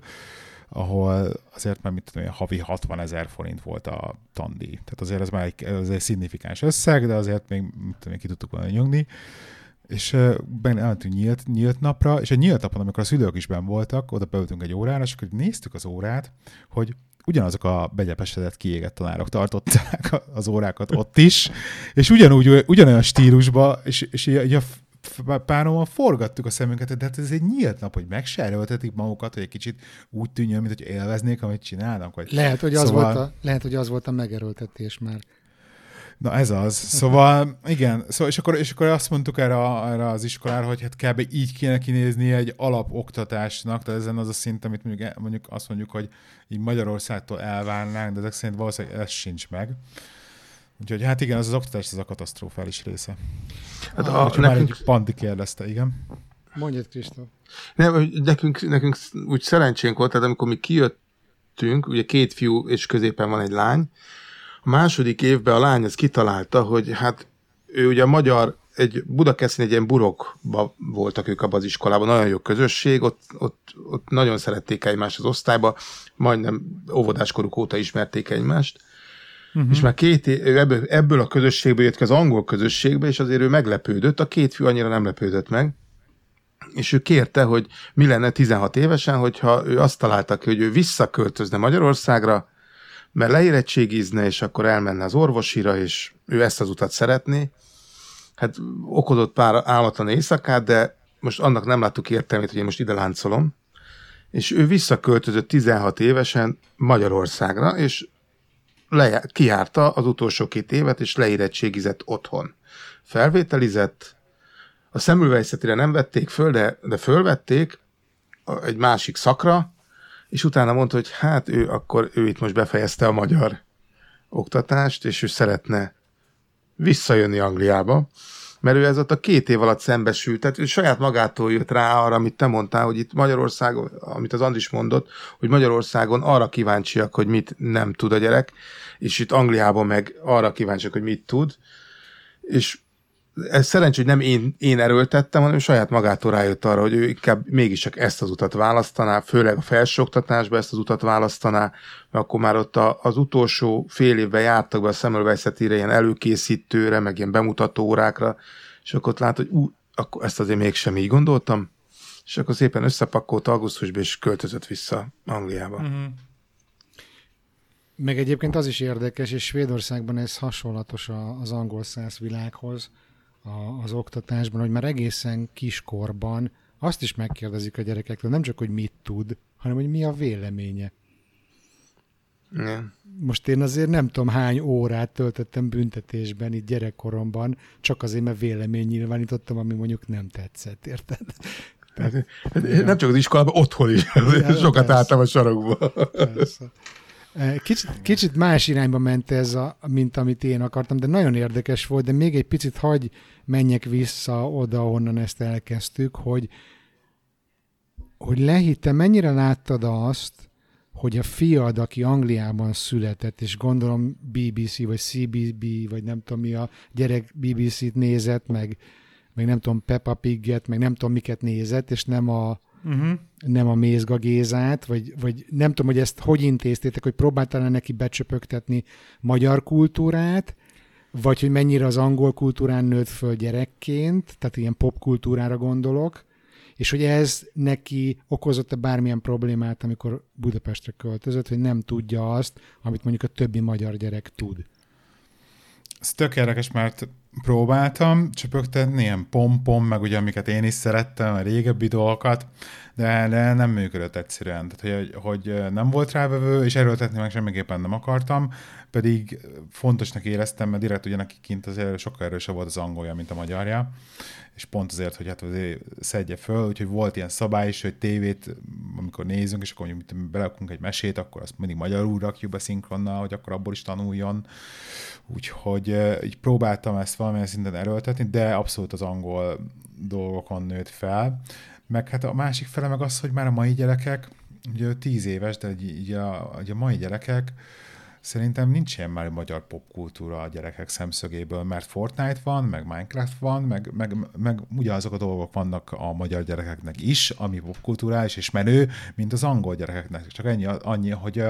ahol azért már havi 60 000 forint volt a tandíj. Tehát azért ez már egy szignifikáns összeg, de azért még ki tudtuk volna nyugni. És elmentünk nyílt napra, és egy nyílt napon, amikor a szülők is benn voltak, oda beültünk egy órára, és akkor néztük az órát, hogy ugyanazok a begyepesedett, kiégett tanárok tartották az órákat ott is, és ugyanolyan stílusba, és így a párommal forgattuk a szemünket, de hát ez egy nyílt nap, hogy megseröltetik magukat, hogy egy kicsit úgy tűnjön, mint hogy élveznék, amit csinálnak. Vagy... Lehet, hogy az volt a megerőltetés már. Na ez az. Szóval igen, és akkor azt mondtuk erre az iskolára, hogy hát kb. Így kéne kinézni egy alapoktatásnak, tehát ezen az a szint, amit mondjuk azt mondjuk, hogy így Magyarországtól elvárnánk, de ezek szerint valószínűleg ez sincs meg. Úgyhogy hát igen, az oktatás, ez a katasztrofális része. Hát már egy Pandi kérdezte, igen. Mondjad, Kristóf. Nem, nekünk úgy szerencsénk volt, tehát amikor mi kijöttünk, ugye 2 fiú és középen van egy lány, a második évben a lány ezt kitalálta, hogy hát ő ugye egy Budakeszin egy ilyen burokba voltak ők abban az iskolában, nagyon jó közösség, ott nagyon szerették egymást az osztályba, majdnem óvodáskoruk óta ismerték egymást, és már 2 év ebből a közösségből jött ki az angol közösségbe, és azért ő meglepődött, a 2 fiú annyira nem lepődött meg, és ő kérte, hogy mi lenne 16 évesen, hogyha ő azt találta ki, hogy ő visszaköltözne Magyarországra, mert leérettségizne, és akkor elmenne az orvosira, és ő ezt az utat szeretné. Hát okozott pár álmatlan éjszakát, de most annak nem láttuk értelmét, hogy én most ide láncolom. És ő visszaköltözött 16 évesen Magyarországra, és kijárta az utolsó 2 évet, és leérettségizett otthon. Felvételizett, a Semmelweis-etire nem vették föl, de fölvették egy másik szakra, és utána mondta, hogy hát ő itt most befejezte a magyar oktatást, és ő szeretne visszajönni Angliába, Mert ő ez ott a 2 év alatt szembesült, tehát ő saját magától jött rá arra, amit te mondtál, hogy itt Magyarországon, amit az Andris mondott, hogy Magyarországon arra kíváncsiak, hogy mit nem tud a gyerek, és itt Angliában meg arra kíváncsiak, hogy mit tud, és ez szerencsé, hogy nem én erőltettem, hanem saját magától rájött arra, hogy ő inkább mégiscsak ezt az utat választaná, főleg a felsőoktatásba ezt az utat választaná, mert akkor már ott az utolsó fél évben jártak be a Semmelweis-re ilyen előkészítőre, meg ilyen bemutató órákra, és akkor ott lát, hogy akkor ezt azért mégsem így gondoltam, és akkor szépen összepakolt augusztusban, és költözött vissza Angliába. Mm-hmm. Meg egyébként az is érdekes, és Svédországban ez hasonlatos az angol száz világhoz, az oktatásban, hogy már egészen kiskorban azt is megkérdezik a gyerekektől, nem csak, hogy mit tud, hanem, hogy mi a véleménye. Igen. Most én azért nem tudom, hány órát töltöttem büntetésben itt gyerekkoromban, csak azért, mert vélemény nyilvánítottam, ami mondjuk nem tetszett, érted? Nem csak az iskolában, otthon is. Sokat álltam a sarokba. Persze. Kicsit más irányba ment ez, mint amit én akartam, de nagyon érdekes volt, de még egy picit hagyj menjek vissza oda, ahonnan ezt elkezdtük, hogy Lehi, mennyire láttad azt, hogy a fiad, aki Angliában született, és gondolom BBC, vagy CBB, vagy nem tudom mi a gyerek BBC-t nézett, meg nem tudom Peppa Pigget, meg nem tudom miket nézett, és nem a Mézga Gézát, vagy nem tudom, hogy ezt hogy intéztétek, hogy próbáltál neki becsöpögtetni magyar kultúrát, vagy hogy mennyire az angol kultúrán nőtt föl gyerekként, tehát ilyen popkultúrára gondolok, és hogy ez neki okozott-e bármilyen problémát, amikor Budapestre költözött, hogy nem tudja azt, amit mondjuk a többi magyar gyerek tud. Ez tök érdekes, mert próbáltam csöpögtetni ilyen pom-pom, meg ugye amiket én is szerettem, a régebbi dolgokat, de nem működött egyszerűen. Tehát, hogy nem volt rávevő, és erőltetni meg semmiképpen nem akartam, pedig fontosnak éreztem, mert direkt ugye neki kint azért sokkal erősebb volt az angolja, mint a magyarja, és pont azért, hogy hát azért szedje föl, úgyhogy volt ilyen szabály is, hogy tévét, amikor nézünk, és akkor mondjuk belakunk egy mesét, akkor azt mindig magyarul rakjuk be szinkronnal, hogy akkor abból is tanuljon. Úgyhogy így próbáltam ezt valamilyen szinten erőltetni, de abszolút az angol dolgokon nőtt fel. Meg hát a másik fele meg az, hogy már a mai gyerekek, ugye 10 éves, de így a mai gyerekek, szerintem nincs ilyen már magyar popkultúra a gyerekek szemszögéből, mert Fortnite van, meg Minecraft van, meg ugyanazok a dolgok vannak a magyar gyerekeknek is, ami popkulturális és menő, mint az angol gyerekeknek. Csak annyi, hogy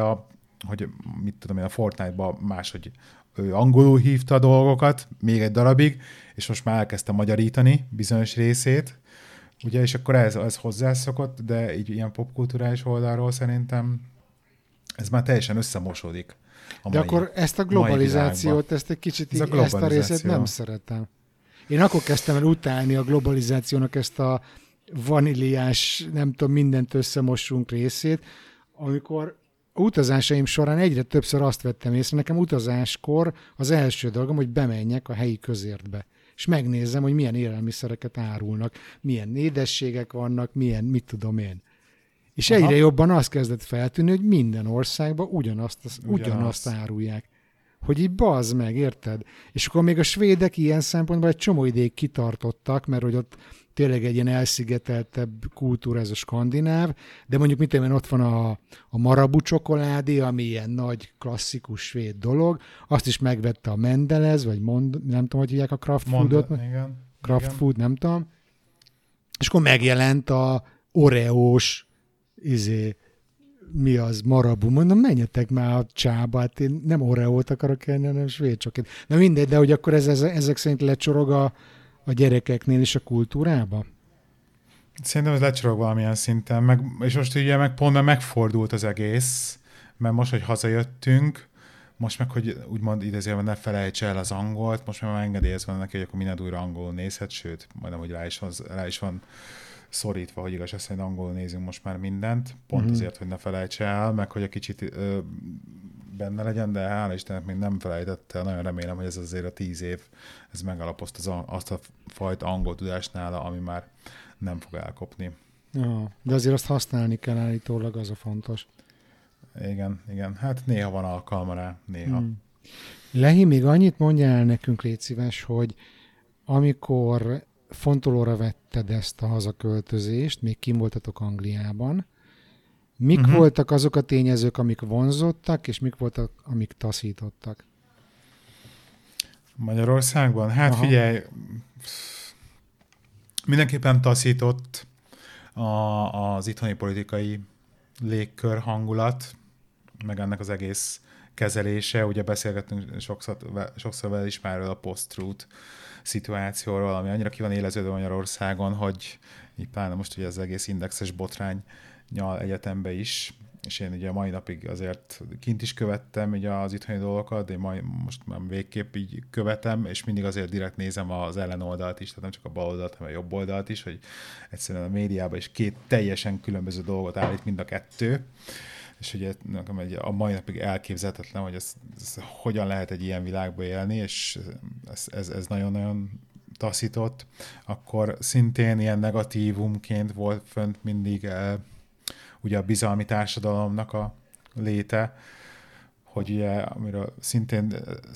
mit tudom én, a Fortnite-ban máshogy ő angolul hívta a dolgokat még egy darabig, és most már elkezdte magyarítani bizonyos részét, ugye, és akkor ez hozzászokott, de így ilyen popkulturális oldalról szerintem ez már teljesen összemosódik. De akkor ezt a globalizációt, ezt egy kicsit így, ezt a részét nem szeretem. Én akkor kezdtem el utálni a globalizációnak ezt a vaníliás, nem tudom, mindent összemossunk részét, amikor utazásaim során egyre többször azt vettem észre, nekem utazáskor az első dolgom, hogy bemenjek a helyi közértbe, és megnézzem, hogy milyen élelmiszereket árulnak, milyen édességek vannak, milyen, mit tudom én. És egyre jobban azt kezdett feltűnni, hogy minden országban ugyanazt árulják. Hogy így bazd meg, érted? És akkor még a svédek ilyen szempontból egy csomó ideig kitartottak, mert hogy ott tényleg egy ilyen elszigeteltebb kultúra ez a skandináv, de mondjuk mit tudom én, ott van a Marabou csokoládé, ami ilyen nagy, klasszikus svéd dolog, azt is megvette a Mendelez, vagy nem tudom, hogy hívják a Kraft Foodot. Kraft Food, nem tudom. És akkor megjelent a Oreós mi az, Marabou, mondom, menjetek már a csába, hát én nem Oreót akarok enni, hanem svéd csokit. Na mindegy, de hogy akkor ezek szerint lecsorog a gyerekeknél is a kultúrába? Szerintem ez lecsorog valamilyen szinten, és most ugye pont megfordult az egész, mert most, hogy hazajöttünk, most meg, hogy úgymond idézőjelben ne felejts el az angolt, most már engedélyezve neki, hogy akkor mindent újra angolul nézhet, sőt, majdnem, hogy rá is van szorítva, hogy igaz, szerint angolul nézünk most már mindent, pont azért, hogy ne felejts el, meg hogy egy kicsit benne legyen, de hála Istennek még nem felejtette el. Nagyon remélem, hogy ez azért a 10 év, ez megalapozta azt a fajta angol tudást nála, ami már nem fog elkopni. Ja, de azért azt használni kell állítólag, az a fontos. Igen. Hát néha van alkalma rá, néha. Lehi, még annyit mondjál el nekünk, légy szíves, hogy amikor fontolóra vetted ezt a hazaköltözést, még kim voltatok Angliában, mik voltak azok a tényezők, amik vonzottak, és mik voltak, amik taszítottak? Magyarországban? Hát figyelj, mindenképpen taszított az itthoni politikai légkör, hangulat, meg ennek az egész kezelése. Ugye beszélgettünk sokszor vele is már a post-truth szituációról, ami annyira ki van éleződve Magyarországon, hogy így pláne most ugye az egész indexes botránnyal egyetembe is, és én ugye a mai napig azért kint is követtem ugye az itthoni dolgokat, de most már végképp így követem, és mindig azért direkt nézem az ellenoldalt is, tehát nem csak a bal oldalt, hanem a jobb oldalt is, hogy egyszerűen a médiában is két teljesen különböző dolgot állít mind a kettő, és ugye nekem a mai napig elképzelhetetlen, hogy ez hogyan lehet egy ilyen világba élni, és ez nagyon-nagyon taszított. Akkor szintén ilyen negatívumként volt fönt mindig ugye a bizalmi társadalomnak a léte, hogy ugye, amiről szintén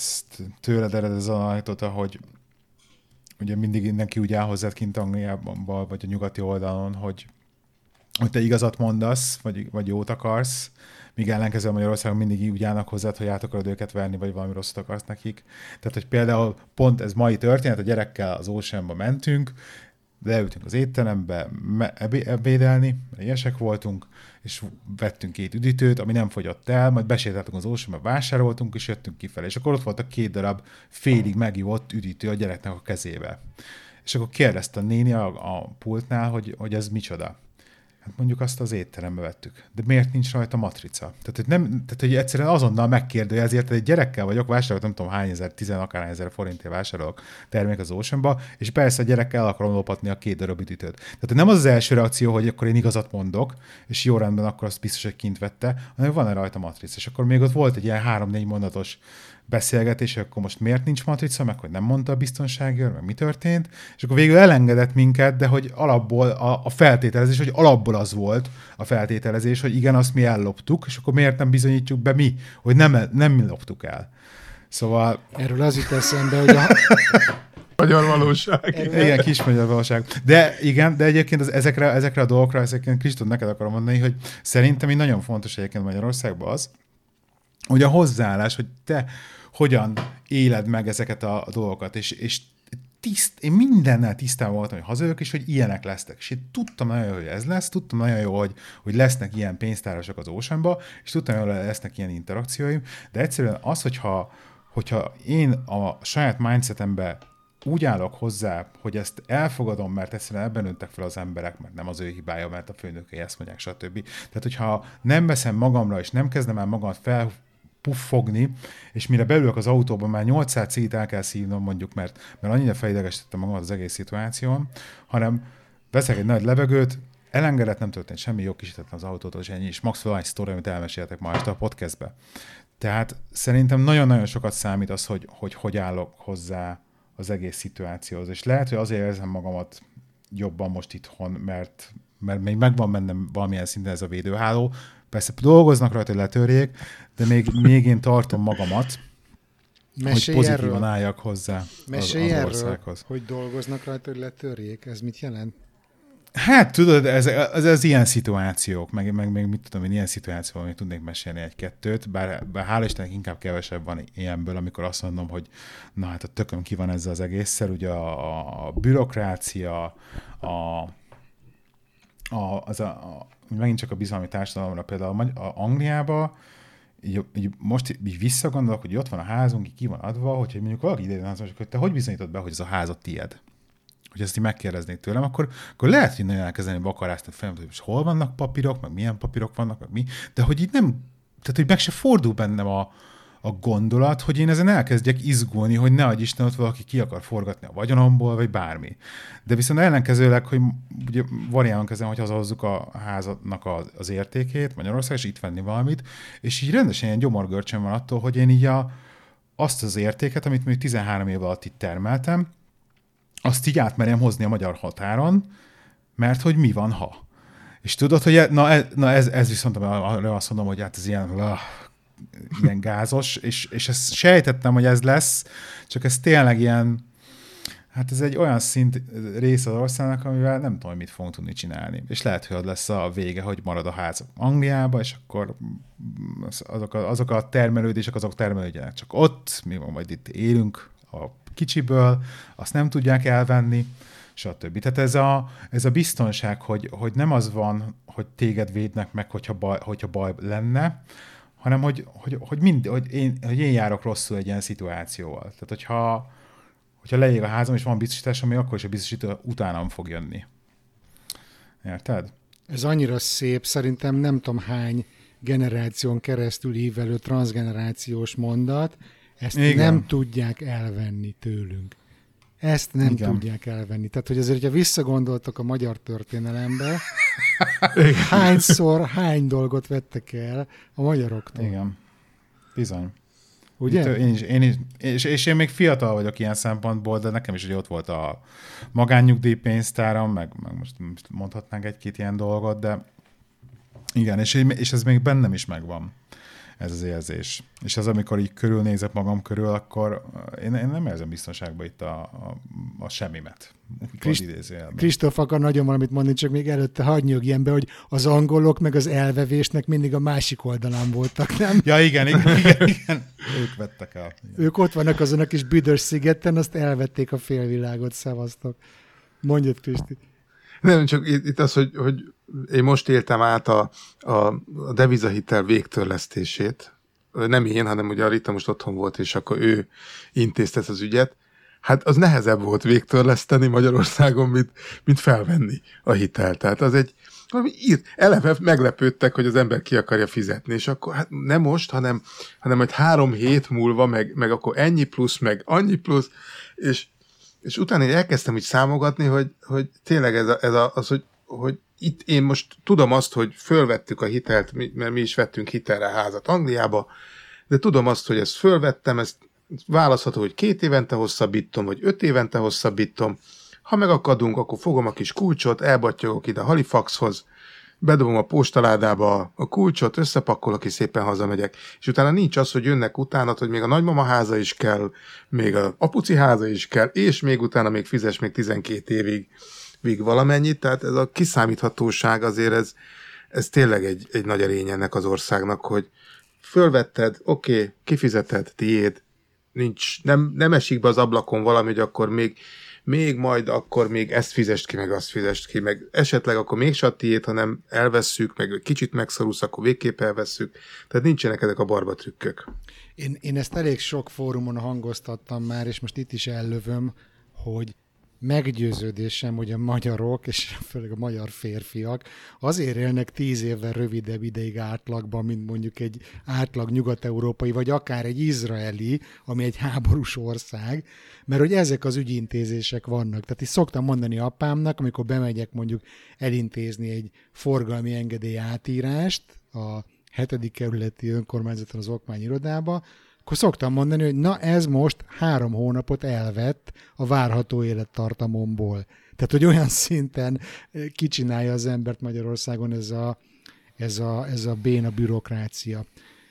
tőled ered ez a hogy ugye mindig mindenki úgy áll hozzád kint Angliában, vagy a nyugati oldalon, hogy te igazat mondasz, vagy jót akarsz, míg ellenkezően Magyarországon mindig úgy állnak hozzád, hogy át akarod őket verni, vagy valami rosszat akarsz nekik. Tehát, hogy például pont ez mai történet, a gyerekkel az Oceanba mentünk, leültünk az étterembe ebédelni, ilyesek voltunk, és vettünk 2 üdítőt, ami nem fogyott el, majd besétáltunk az Oceanba, vásároltunk, és jöttünk kifelé. És akkor ott volt a 2 darab félig megivott üdítő a gyereknek a kezébe. És akkor kérdezte a néni a pultnál, hogy ez micsoda. Hát mondjuk azt az étterembe vettük. De miért nincs rajta matrica? Tehát, hogy egyszerűen azonnal megkérdőjelezért, hogy egy gyerekkel vagyok, vásárolok, nem tudom hány ezer, 10 akárhány ezer forintért vásárolok termék az Oceanba, és persze a gyerekkel el akarom lopatni a 2 darab üdítőt. Tehát nem az az első reakció, hogy akkor én igazat mondok, és jó rendben, akkor azt biztos, hogy kint vette, hanem van-e rajta matrica. És akkor még ott volt egy ilyen 3-4 mondatos beszélgetés, akkor most miért nincs matrica, meg hogy nem mondta a biztonságőr, meg mi történt, és akkor végül elengedett minket, de hogy alapból a feltételezés, hogy alapból az volt a feltételezés, hogy igen, azt mi elloptuk, és akkor miért nem bizonyítjuk be mi, hogy nem mi loptuk el. Szóval... Erről az jut eszembe, hogy magyar valóság. Igen, kis magyar valóság. De igen, de egyébként ezekre a dolgokra, ezeket Kristóf, neked akarom mondani, hogy szerintem így nagyon fontos egyébként Magyarországban az, hogy a hozzáállás, hogy te hogyan éled meg ezeket a dolgokat, és én mindennel tisztában voltam, hogy hazajövök, és hogy ilyenek lesznek. És én tudtam nagyon jó, hogy ez lesz, tudtam nagyon jó, hogy lesznek ilyen pénztárosok az Oceanba, és tudtam hogy lesznek ilyen interakcióim, de egyszerűen az, hogyha én a saját mindsetembe úgy állok hozzá, hogy ezt elfogadom, mert egyszerűen ebben öntek fel az emberek, mert nem az ő hibája, mert a főnökei ezt mondják, stb. Tehát, hogyha nem veszem magamra, és nem kezdem el magamat felpuffogni, és mire belülök az autóban, már 800 cigit el kell szívnom, mondjuk, mert annyira felidegesítettem magamat az egész szituáción, hanem veszek egy nagy levegőt, elengedett, nem történt semmi, jogkisítettem az autótól, és ennyi, és max egy sztori, amit elmeséltek ma este a podcastbe. Tehát szerintem nagyon-nagyon sokat számít az, hogy állok hozzá az egész szituációhoz. És lehet, hogy azért érzem magamat jobban most itthon, mert még megvan bennem valamilyen szinten ez a védőháló. Persze dolgoznak rajta, hogy letörjék, de még én tartom magamat, hogy pozitívan álljak hozzá az országhoz. Hogy dolgoznak rajta, hogy letörjék? Ez mit jelent? Hát tudod, ez ilyen szituációk, meg mit tudom én, ilyen szituációban még tudnék mesélni 1-2, bár hála Istennek inkább kevesebb van ilyenből, amikor azt mondom, hogy na hát a tököm ki van ezzel az egésszel, ugye a bürokrácia, megint csak a bizalmi társadalomra, például Angliában, így most így visszagondolok, hogy ott van a házunk, így ki van adva, hogyha mondjuk valaki idejön az, hogy te hogy bizonyítod be, hogy ez a házat tied? Hogy ezt így megkérdeznék tőlem, akkor lehet, hogy nagyon elkezdeni vakarászni fel, hogy hol vannak papírok, meg milyen papírok vannak, meg mi, de hogy így nem, tehát hogy meg se fordul bennem a gondolat, hogy én ezen elkezdjek izgulni, hogy ne adj Isten, ott valaki ki akar forgatni a vagyonomból, vagy bármi. De viszont ellenkezőleg, hogy ugye variálunk ezen, hogy hazahozzuk a házatnak az értékét Magyarország, és itt venni valamit, és így rendesen ilyen gyomorgörcsön van attól, hogy én így azt az értéket, amit még 13 év alatt itt termeltem, azt így átmerjem hozni a magyar határon, mert hogy mi van, ha. És tudod, hogy ez viszont azt mondom, hogy hát ez ilyen gázos, és ezt sejtettem, hogy ez lesz, csak ez tényleg ilyen, Hát ez egy olyan része az országnak, amivel nem tudom, hogy mit fogunk tudni csinálni. És lehet, hogy az lesz a vége, hogy marad a ház Angliába, és akkor azok a termelődések, azok termelődjenek csak ott, mi van, majd itt élünk a kicsiből, azt nem tudják elvenni, stb. Tehát ez a biztonság, hogy nem az van, hogy téged védnek meg, hogyha baj lenne, hanem hogy én járok rosszul egy ilyen szituációval. Tehát hogyha leég a házam, és van biztosításom, még akkor is a biztosító utánam fog jönni. Érted? Ez annyira szép, szerintem nem tudom hány generáción keresztül ívelő transzgenerációs mondat, ezt igen. Nem tudják elvenni tőlünk. Ezt nem igen. tudják elvenni. Tehát, hogy azért, hogyha visszagondoltak a magyar történelembe, hány dolgot vettek el a magyaroktól. Igen. Bizony. Ugye? Én még fiatal vagyok ilyen szempontból, de nekem is ugye ott volt a magánnyugdíjpénztáram, meg most mondhatnánk egy-két ilyen dolgot, de igen, és ez még bennem is megvan, ez az érzés. És az, amikor így körülnézek magam körül, akkor én nem érzem biztonságban itt a semmimet. Kristóf akar nagyon valamit mondani, csak még előtte hadd nyögjen be, hogy az angolok meg az elvevésnek mindig a másik oldalán voltak, nem? Ja, igen. Ők vettek el. Igen. Ők ott vannak azon a kis büdös szigeten, azt elvették a félvilágot, szevasztok. Mondjad, Kriszti. Nem, csak itt az, hogy én most éltem át a devizahitel végtörlesztését. Nem én, hanem ugye a Rita most otthon volt, és akkor ő intézte az ügyet. Hát az nehezebb volt végtörleszteni Magyarországon, mint felvenni a hitelt. Tehát az eleve meglepődtek, hogy az ember ki akarja fizetni, és akkor hát nem most, hanem egy 3 hét múlva, meg akkor ennyi plusz, meg annyi plusz, és utána én elkezdtem úgy számogatni, hogy tényleg hogy itt én most tudom azt, hogy fölvettük a hitelt, mert mi is vettünk hitelre házat Angliába, de tudom azt, hogy ezt fölvettem, ezt választható, hogy 2 évente hosszabbítom, vagy 5 évente hosszabbítom. Ha megakadunk, akkor fogom a kis kulcsot, elbattyogok ide Halifaxhoz, bedobom a postaládába a kulcsot, összepakolok, és szépen hazamegyek. És utána nincs az, hogy jönnek utána, hogy még a nagymama háza is kell, még a apuci háza is kell, és még utána még fizes még 12 évig valamennyit. Tehát ez a kiszámíthatóság azért ez tényleg egy nagy erény ennek az országnak, hogy fölvetted, oké, kifizeted, tiéd, nem esik be az ablakon valami, hogy akkor még majd akkor még ezt fizest ki, meg azt fizest ki, meg esetleg akkor még se a tiéd, hanem elvesszük, meg kicsit megszorulsz, akkor végképp elvesszük. Tehát nincsenek ezek a barba trükkök. Én ezt elég sok fórumon hangoztattam már, és most itt is ellövöm, hogy meggyőződésem, hogy a magyarok, és főleg a magyar férfiak azért élnek 10 évvel rövidebb ideig átlagban, mint mondjuk egy átlag nyugat-európai, vagy akár egy izraeli, ami egy háborús ország, mert hogy ezek az ügyintézések vannak. Tehát is szoktam mondani apámnak, amikor bemegyek mondjuk elintézni egy forgalmi engedély átírást a 7. kerületi önkormányzaton az okmányirodába, akkor szoktam mondani, hogy na ez most 3 hónapot elvett a várható élettartamomból. Tehát, hogy olyan szinten kicsinálja az embert Magyarországon ez a béna bürokrácia.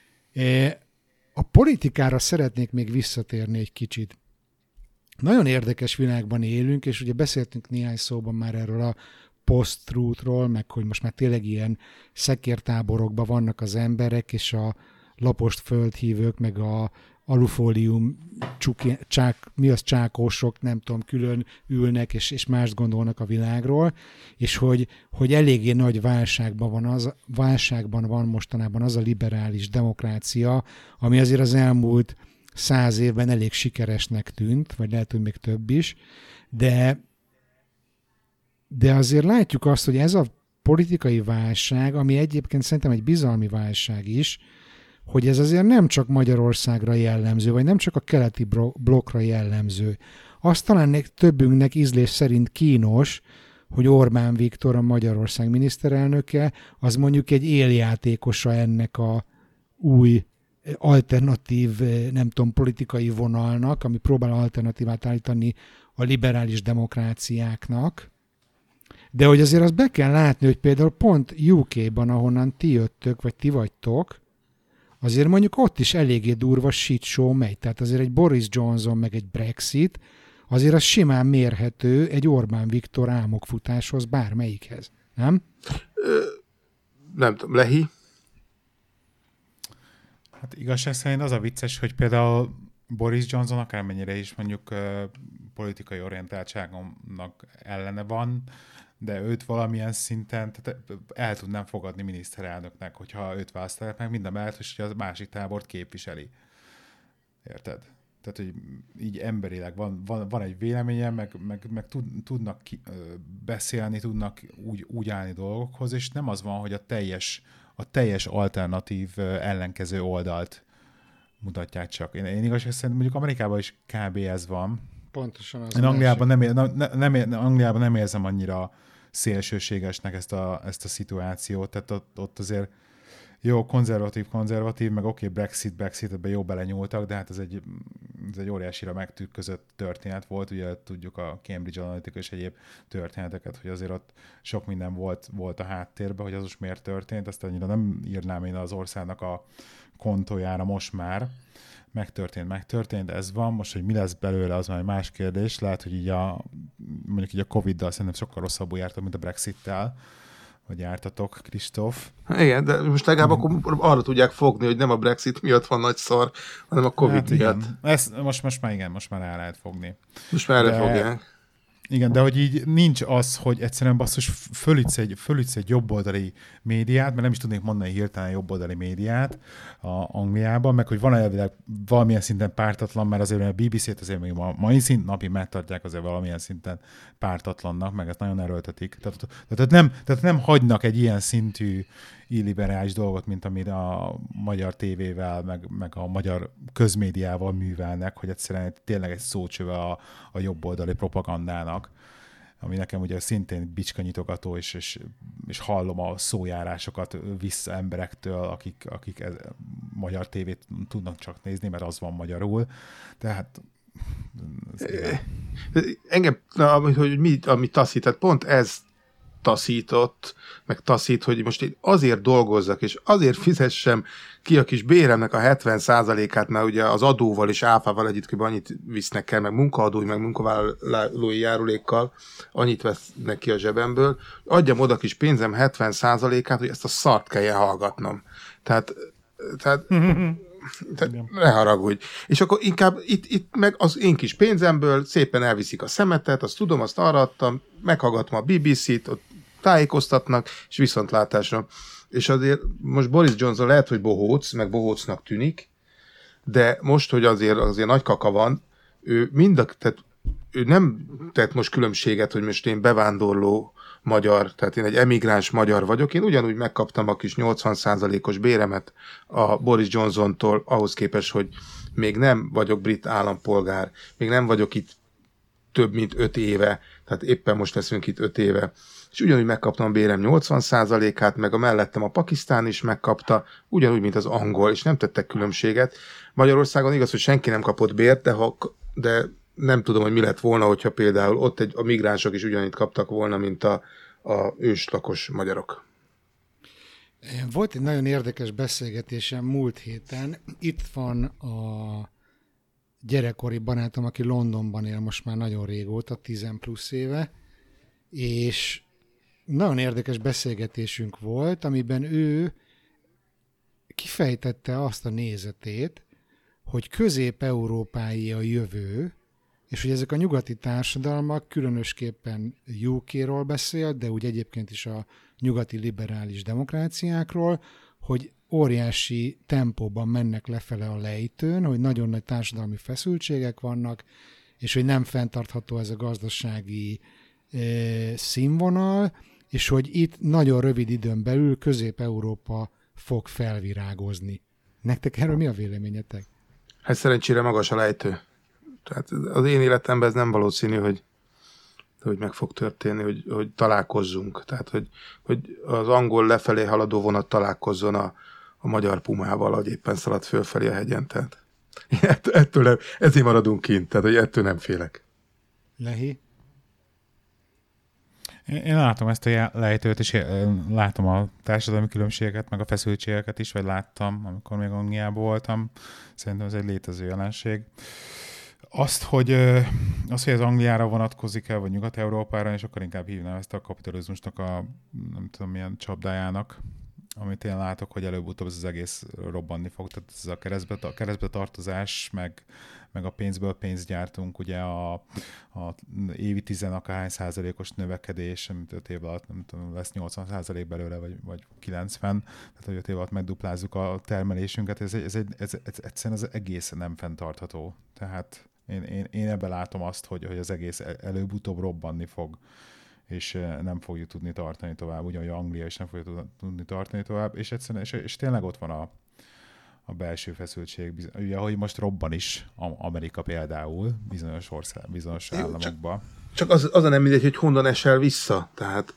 A politikára szeretnék még visszatérni egy kicsit. Nagyon érdekes világban élünk, és ugye beszéltünk néhány szóban már erről a post-truthról, meg hogy most már tényleg ilyen szekértáborokban vannak az emberek, és a lapost földhívők, meg a alufólium csákósok, nem tudom, külön ülnek, és mást gondolnak a világról, és hogy eléggé nagy válságban van mostanában az a liberális demokrácia, ami azért az elmúlt 100 évben elég sikeresnek tűnt, vagy lehet, hogy még több is, de azért látjuk azt, hogy ez a politikai válság, ami egyébként szerintem egy bizalmi válság is, hogy ez azért nem csak Magyarországra jellemző, vagy nem csak a keleti blokkra jellemző. Azt talán többünknek ízlés szerint kínos, hogy Orbán Viktor, a Magyarország miniszterelnöke, az mondjuk egy éljátékosa ennek a új alternatív, nem tudom, politikai vonalnak, ami próbál alternatívát állítani a liberális demokráciáknak. De hogy azért azt be kell látni, hogy például pont UK-ban, ahonnan ti jöttök, vagy ti vagytok, azért mondjuk ott is eléggé durva shit show megy. Tehát azért egy Boris Johnson meg egy Brexit, azért az simán mérhető egy Orbán Viktor álmokfutáshoz bármelyikhez, nem? Nem tudom, Lehi? Hát igazság szerint az a vicces, hogy például Boris Johnson akármennyire is mondjuk politikai orientáltságomnak ellene van, de őt valamilyen szinten tehát el tudnám fogadni miniszterelnöknek, hogyha őt választják meg, minden mellett, hogy a másik tábort képviseli. Érted? Tehát, hogy így emberileg van egy véleményem, meg tudnak beszélni, tudnak úgy állni dolgokhoz, és nem az van, hogy a teljes alternatív ellenkező oldalt mutatják csak. Én igazság szerint mondjuk Amerikában is kb. Ez van. Pontosan az. Én Angliában nem érzem annyira szélsőségesnek ezt a szituációt, tehát ott azért jó, konzervatív, meg oké, Brexit, ebben jó belenyúltak, de hát ez egy óriásira megtükközött történet volt, ugye tudjuk a Cambridge Analytica és egyéb történeteket, hogy azért ott sok minden volt a háttérben, hogy az most miért történt, azt annyira nem írnám én az országnak a kontójára most már. Megtörtént, ez van, most, hogy mi lesz belőle, az már egy más kérdés, lehet, hogy mondjuk így a Covid-dal szerintem sokkal rosszabbul jártak, mint a Brexittel, hogy jártatok, Kristóf. Igen, de most legalább akkor arra tudják fogni, hogy nem a Brexit miatt van nagy szar, hanem a Covid hát miatt. Ezt most már el lehet fogni. Most már erre fogják. Igen, de hogy így nincs az, hogy egyszerűen basszus fölütsz egy jobboldali médiát, mert nem is tudnék mondani hirtelen jobboldali médiát a Angliában, meg hogy van elvileg valamilyen szinten pártatlan, mert azért a BBC-t azért még a mai napig megtartják azért valamilyen szinten pártatlannak, meg ezt nagyon erőltetik. Tehát nem hagynak egy ilyen szintű illiberális dolgot, mint amit a magyar tévével, meg a magyar közmédiával művelnek, hogy egyszerűen tényleg egy szócsöve a jobboldali propagandának, ami nekem ugye szintén bicskanyitogató, és hallom a szójárásokat vissza emberektől, akik magyar tévét tudnak csak nézni, mert az van magyarul. Tehát engem, amit taszít, tehát pont ez taszít, hogy most én azért dolgozzak, és azért fizessem ki a kis béremnek a 70%-át, mert ugye az adóval és áfával együtt annyit visznek el, meg munkaadói, meg munkavállalói járulékkal annyit vesznek ki a zsebemből, adjam oda kis pénzem 70%-át, hogy ezt a szart kelljen hallgatnom. Tehát ne haragudj. És akkor inkább itt meg az én kis pénzemből szépen elviszik a szemetet, azt tudom, azt arra adtam, meghallgatom a BBC-t, ott tájékoztatnak, és viszontlátásra. És azért most Boris Johnson lehet, hogy bohóc, meg bohócnak tűnik, de most, hogy azért nagy kaka van, ő nem tett most különbséget, hogy most én bevándorló magyar, tehát én egy emigráns magyar vagyok, én ugyanúgy megkaptam a kis 80%-os béremet a Boris Johnsontól, ahhoz képest, hogy még nem vagyok brit állampolgár, még nem vagyok itt több mint 5 éve, tehát éppen most leszünk itt 5 éve, és ugyanúgy megkaptam a bérem 80%-át, meg a mellettem a Pakisztán is megkapta, ugyanúgy, mint az angol, és nem tettek különbséget. Magyarországon igaz, hogy senki nem kapott bért, de nem tudom, hogy mi lett volna, hogyha például ott a migránsok is ugyanígy kaptak volna, mint a őslakos magyarok. Volt egy nagyon érdekes beszélgetésem múlt héten. Itt van a gyerekkori barátom, aki Londonban él most már nagyon régóta, 10 plusz éve, és nagyon érdekes beszélgetésünk volt, amiben ő kifejtette azt a nézetét, hogy Közép-Európái a jövő, és hogy ezek a nyugati társadalmak, különösképpen UK-ról beszél, de úgy egyébként is a nyugati liberális demokráciákról, hogy óriási tempóban mennek lefele a lejtőn, hogy nagyon nagy társadalmi feszültségek vannak, és hogy nem fenntartható ez a gazdasági színvonal, és hogy itt nagyon rövid időn belül Közép-Európa fog felvirágozni. Nektek erről mi a véleményetek? Hát szerencsére magas a lejtő. Tehát az én életemben ez nem valószínű, hogy meg fog történni, hogy találkozzunk. Tehát, hogy az angol lefelé haladó vonat találkozzon a magyar pumával, hogy éppen szalad fölfelé a hegyen. Tehát ezért maradunk kint, tehát hogy ettől nem félek. Lehi? Én látom ezt a lejtőt, és látom a társadalmi különbségeket, meg a feszültségeket is, vagy láttam, amikor még Angliában voltam. Szerintem ez egy létező jelenség. Azt, hogy az Angliára vonatkozik-e, vagy Nyugat-Európára, és akkor inkább hívnám ezt a kapitalizmusnak a nem tudom milyen csapdájának, amit én látok, hogy előbb-utóbb ez az egész robbanni fog. Tehát ez a keresztbe tartozás, meg a pénzből pénzt gyártunk, ugye a évi 10-akárhány százalékos növekedés, amit 5 év alatt nem tudom, lesz 80% belőle, vagy 90, tehát hogy 5 év alatt megduplázzuk a termelésünket, ez egyszerűen az egész nem fenntartható. Tehát én ebben látom azt, hogy az egész előbb-utóbb robbanni fog, és nem fogjuk tudni tartani tovább, ugyanúgy Anglia is nem fogja tudni tartani tovább, és egyszerűen, és tényleg ott van a belső feszültség, ugye, ahogy most robban is Amerika például bizonyos államokban. Csak az a nem mindegy, hogy honnan esel vissza, tehát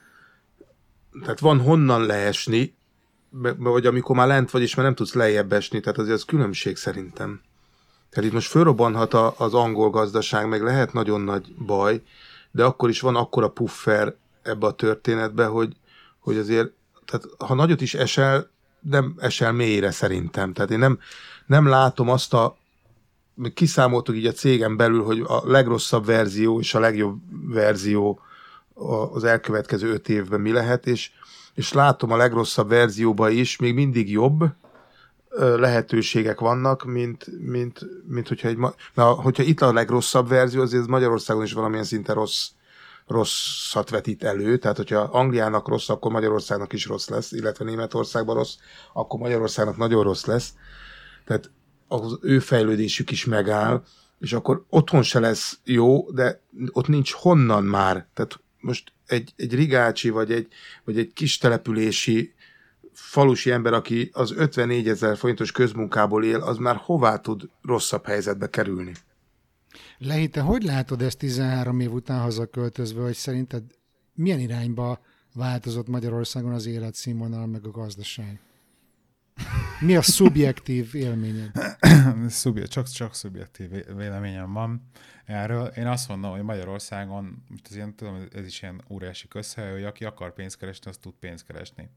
van honnan leesni, vagy amikor már lent vagy, és már nem tudsz lejjebb esni, tehát azért az különbség szerintem. Tehát itt most fölrobbanhat az angol gazdaság, meg lehet nagyon nagy baj, de akkor is van akkora puffer ebbe a történetbe, hogy azért, tehát ha nagyot is esel, nem esel mélyre szerintem. Tehát én nem látom azt kiszámoltuk így a cégen belül, hogy a legrosszabb verzió és a legjobb verzió az elkövetkező 5 évben mi lehet, és látom a legrosszabb verzióban is még mindig jobb lehetőségek vannak, mint hogyha itt a legrosszabb verzió, azért Magyarországon is valamilyen szinten rosszat vetít elő, tehát hogyha Angliának rossz, akkor Magyarországnak is rossz lesz, illetve Németországban rossz, akkor Magyarországnak nagyon rossz lesz. Tehát az ő fejlődésük is megáll, és akkor otthon se lesz jó, de ott nincs honnan már. Tehát most egy rigácsi, vagy egy kis települési falusi ember, aki az 54 000 forintos közmunkából él, az már hová tud rosszabb helyzetbe kerülni? Lehi, te hogy látod ezt 13 év után hazaköltözve, hogy szerinted milyen irányba változott Magyarországon az életszínvonal meg a gazdaság? Mi a szubjektív élményed? Csak szubjektív véleményem van erről. Én azt mondom, hogy Magyarországon, most ez, tudom, ez is ilyen óriási közhely, hogy aki akar pénzt keresni, az tud pénzt keresni.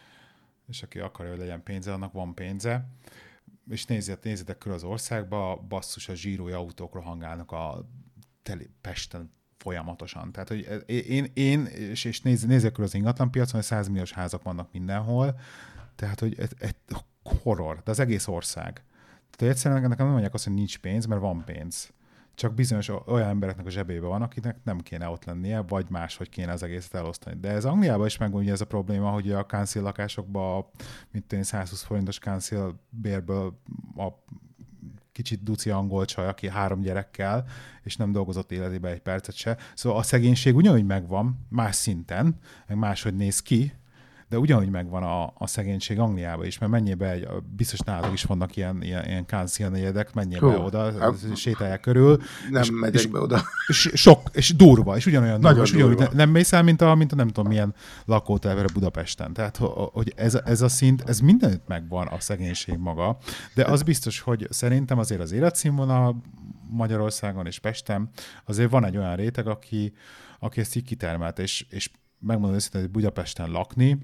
És aki akarja, hogy legyen pénze, annak van pénze. És nézzétek körül az országba, basszus, a zsírói autók rohangálnak a Pesten folyamatosan. Tehát, hogy én és nézzek körül az ingatlanpiacon, hogy 100 milliós házak vannak mindenhol, tehát, hogy horror, de az egész ország. Tehát egyszerűen nekem nem mondják azt, hogy nincs pénz, mert van pénz. Csak bizonyos olyan embereknek a zsebébe van, akiknek nem kéne ott lennie, vagy máshogy kéne az egészet elosztani. De ez Angliában is megvan ugye ez a probléma, hogy a council lakásokban mint 120 forintos council bérből a kicsit duci angol csaj, aki 3 gyerekkel, és nem dolgozott életében egy percet se. Szóval a szegénység ugyanúgy megvan, más szinten, meg máshogy néz ki, de ugyanúgy megvan a szegénység Angliában is, mert menjél be, biztos náluk is vannak ilyen council negyedek, menjél be oda, sétálják körül. Nem megyek be oda. És durva, és ugyanolyan durva, és durva. Nem mész el, mint a nem tudom milyen lakótelepre Budapesten. Tehát, hogy ez a szint, ez mindenütt megvan a szegénység maga, de az biztos, hogy szerintem azért az életszínvonal Magyarországon és Pesten azért van egy olyan réteg, aki ezt így kitermelt, és megmondom őszintén, hogy Budapesten lakni,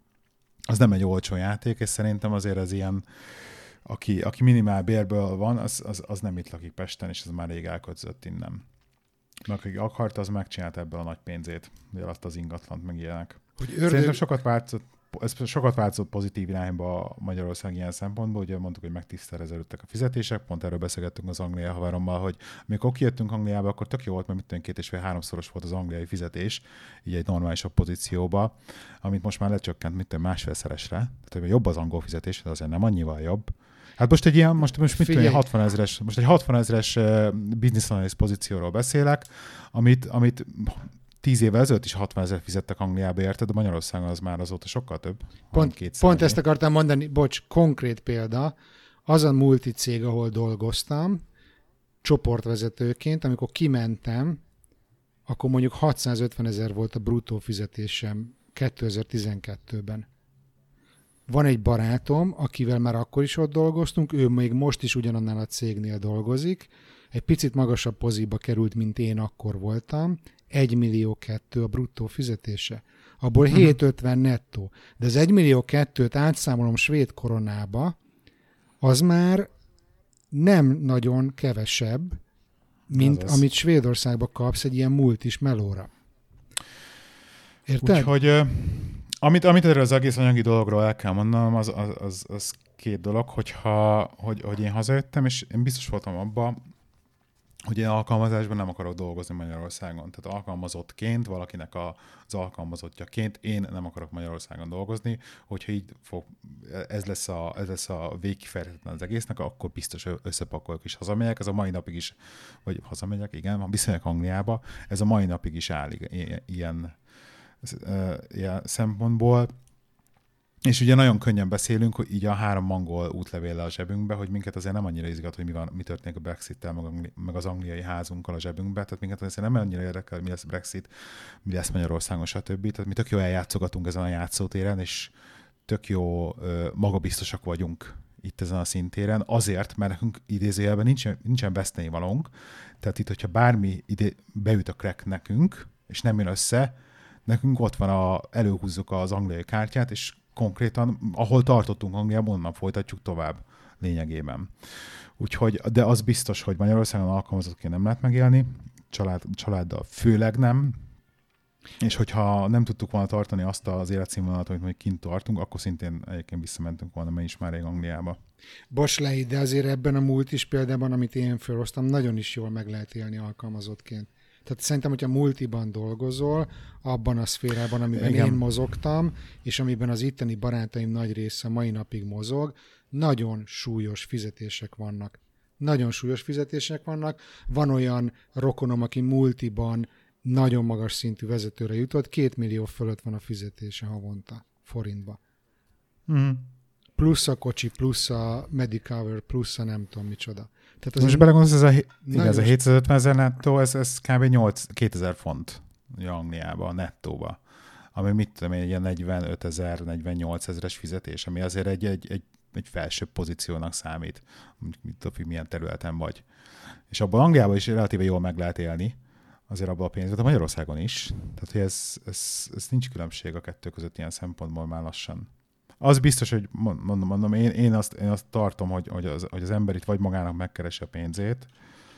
az nem egy olcsó játék, és szerintem azért az ilyen, aki minimál bérből van, az nem itt lakik Pesten, és az már rég elköltözött innen. Mert aki akart, az megcsinált ebből a nagy pénzét, hogy alatt az ingatlant meg ilyenek. Szerintem sokat változott pozitív irányba Magyarország ilyen szempontból, ugye mondtuk, hogy megtiszteleződtek a fizetések, pont erről beszélgettünk az angliai haverommal, hogy amikor kijöttünk Angliába, akkor tök jó volt, mert 2,5-3-szoros volt az angliai fizetés, így egy normálisabb pozícióba, amit most már lecsökkent 1,5-szeresre, tehát jobb az angol fizetés, de azért nem annyival jobb. Hát most egy ilyen, most 60 000-es business analyst pozícióról beszélek, amit 10 évvel ezelőtt is 60 000 fizettek Angliába, érted, de Magyarországon az már azóta sokkal több. Pont ezt akartam mondani, konkrét példa, az a multicég, ahol dolgoztam, csoportvezetőként, amikor kimentem, akkor mondjuk 650 000 volt a bruttó fizetésem 2012-ben. Van egy barátom, akivel már akkor is ott dolgoztunk, ő még most is ugyanannál a cégnél dolgozik, egy picit magasabb poziba került, mint én akkor voltam, 1,2 millió a bruttó fizetése. Abból 750 nettó. De az 1,2 millió átszámolom svéd koronába, az már nem nagyon kevesebb, mint amit Svédországban kapsz egy ilyen multis melóra. Érted? Úgyhogy amit erről az egész anyagi dologról el kell mondanom, az két dolog, hogy én hazajöttem, és én biztos voltam abban, hogy én alkalmazásban nem akarok dolgozni Magyarországon. Tehát alkalmazottként, valakinek az alkalmazottjaként én nem akarok Magyarországon dolgozni, hogyha így ez lesz a végkifejezhetetlen az egésznek, akkor biztos összepakolok és hazamegyek. Ez a mai napig is, vagy hazamegyek, igen, visszamegyek Angliába, ez a mai napig is áll ilyen szempontból. És ugye nagyon könnyen beszélünk, hogy így a 3 angol útlevéllel a zsebünkbe, hogy minket azért nem annyira izgat, hogy mi történik a Brexittel, meg az angliai házunkkal a zsebünkbe. Tehát minket azért nem annyira érdekel, mi lesz a Brexit, mi lesz Magyarországon, stb. Tehát mi tök jó eljátszogatunk ezen a játszótéren, és tök jó magabiztosak vagyunk itt ezen a szintéren, azért, mert nekünk idézőjelben nincsen veszteni valónk. Tehát itt, hogyha bármi beüt a crack nekünk, és nem jön össze, nekünk ott van előhúzzuk az angliai kártyát, és konkrétan, ahol tartottunk Angliában, onnan folytatjuk tovább lényegében. Úgyhogy, de az biztos, hogy Magyarországon alkalmazottként nem lehet megélni, családdal főleg nem, és hogyha nem tudtuk volna tartani azt az életszínvonalat, amit kint tartunk, akkor szintén egyébként visszamentünk volna, mert is már rég Angliába. Bocs, Lei, de azért ebben a multis példában, amit én felhoztam, nagyon is jól meg lehet élni alkalmazottként. Tehát szerintem, hogyha multiban dolgozol, abban a szférában, amiben én mozogtam, és amiben az itteni barátaim nagy része mai napig mozog, nagyon súlyos fizetések vannak. Nagyon súlyos fizetések vannak. Van olyan rokonom, aki multiban nagyon magas szintű vezetőre jutott, 2 millió fölött van a fizetése havonta, forintba. Mm. Plusz a kocsi, plusz a Medicover, plusz a nem tudom micsoda. Tehát most belegondolsz, ez a 750 000 nettó, ez kb. 2000 font Angliába, nettóba. Ami mit tudom én, ilyen 45 000, 48 000-es fizetés, ami azért egy felsőbb pozíciónak számít, mit tudom, milyen területen vagy. És abban Angliában is relatíve jól meg lehet élni, azért abban a pénzben, de Magyarországon is. Tehát, hogy ez nincs különbség a kettő között ilyen szempontból már lassan. Az biztos, hogy mondom, én azt tartom, hogy az ember itt vagy magának megkeresi a pénzét,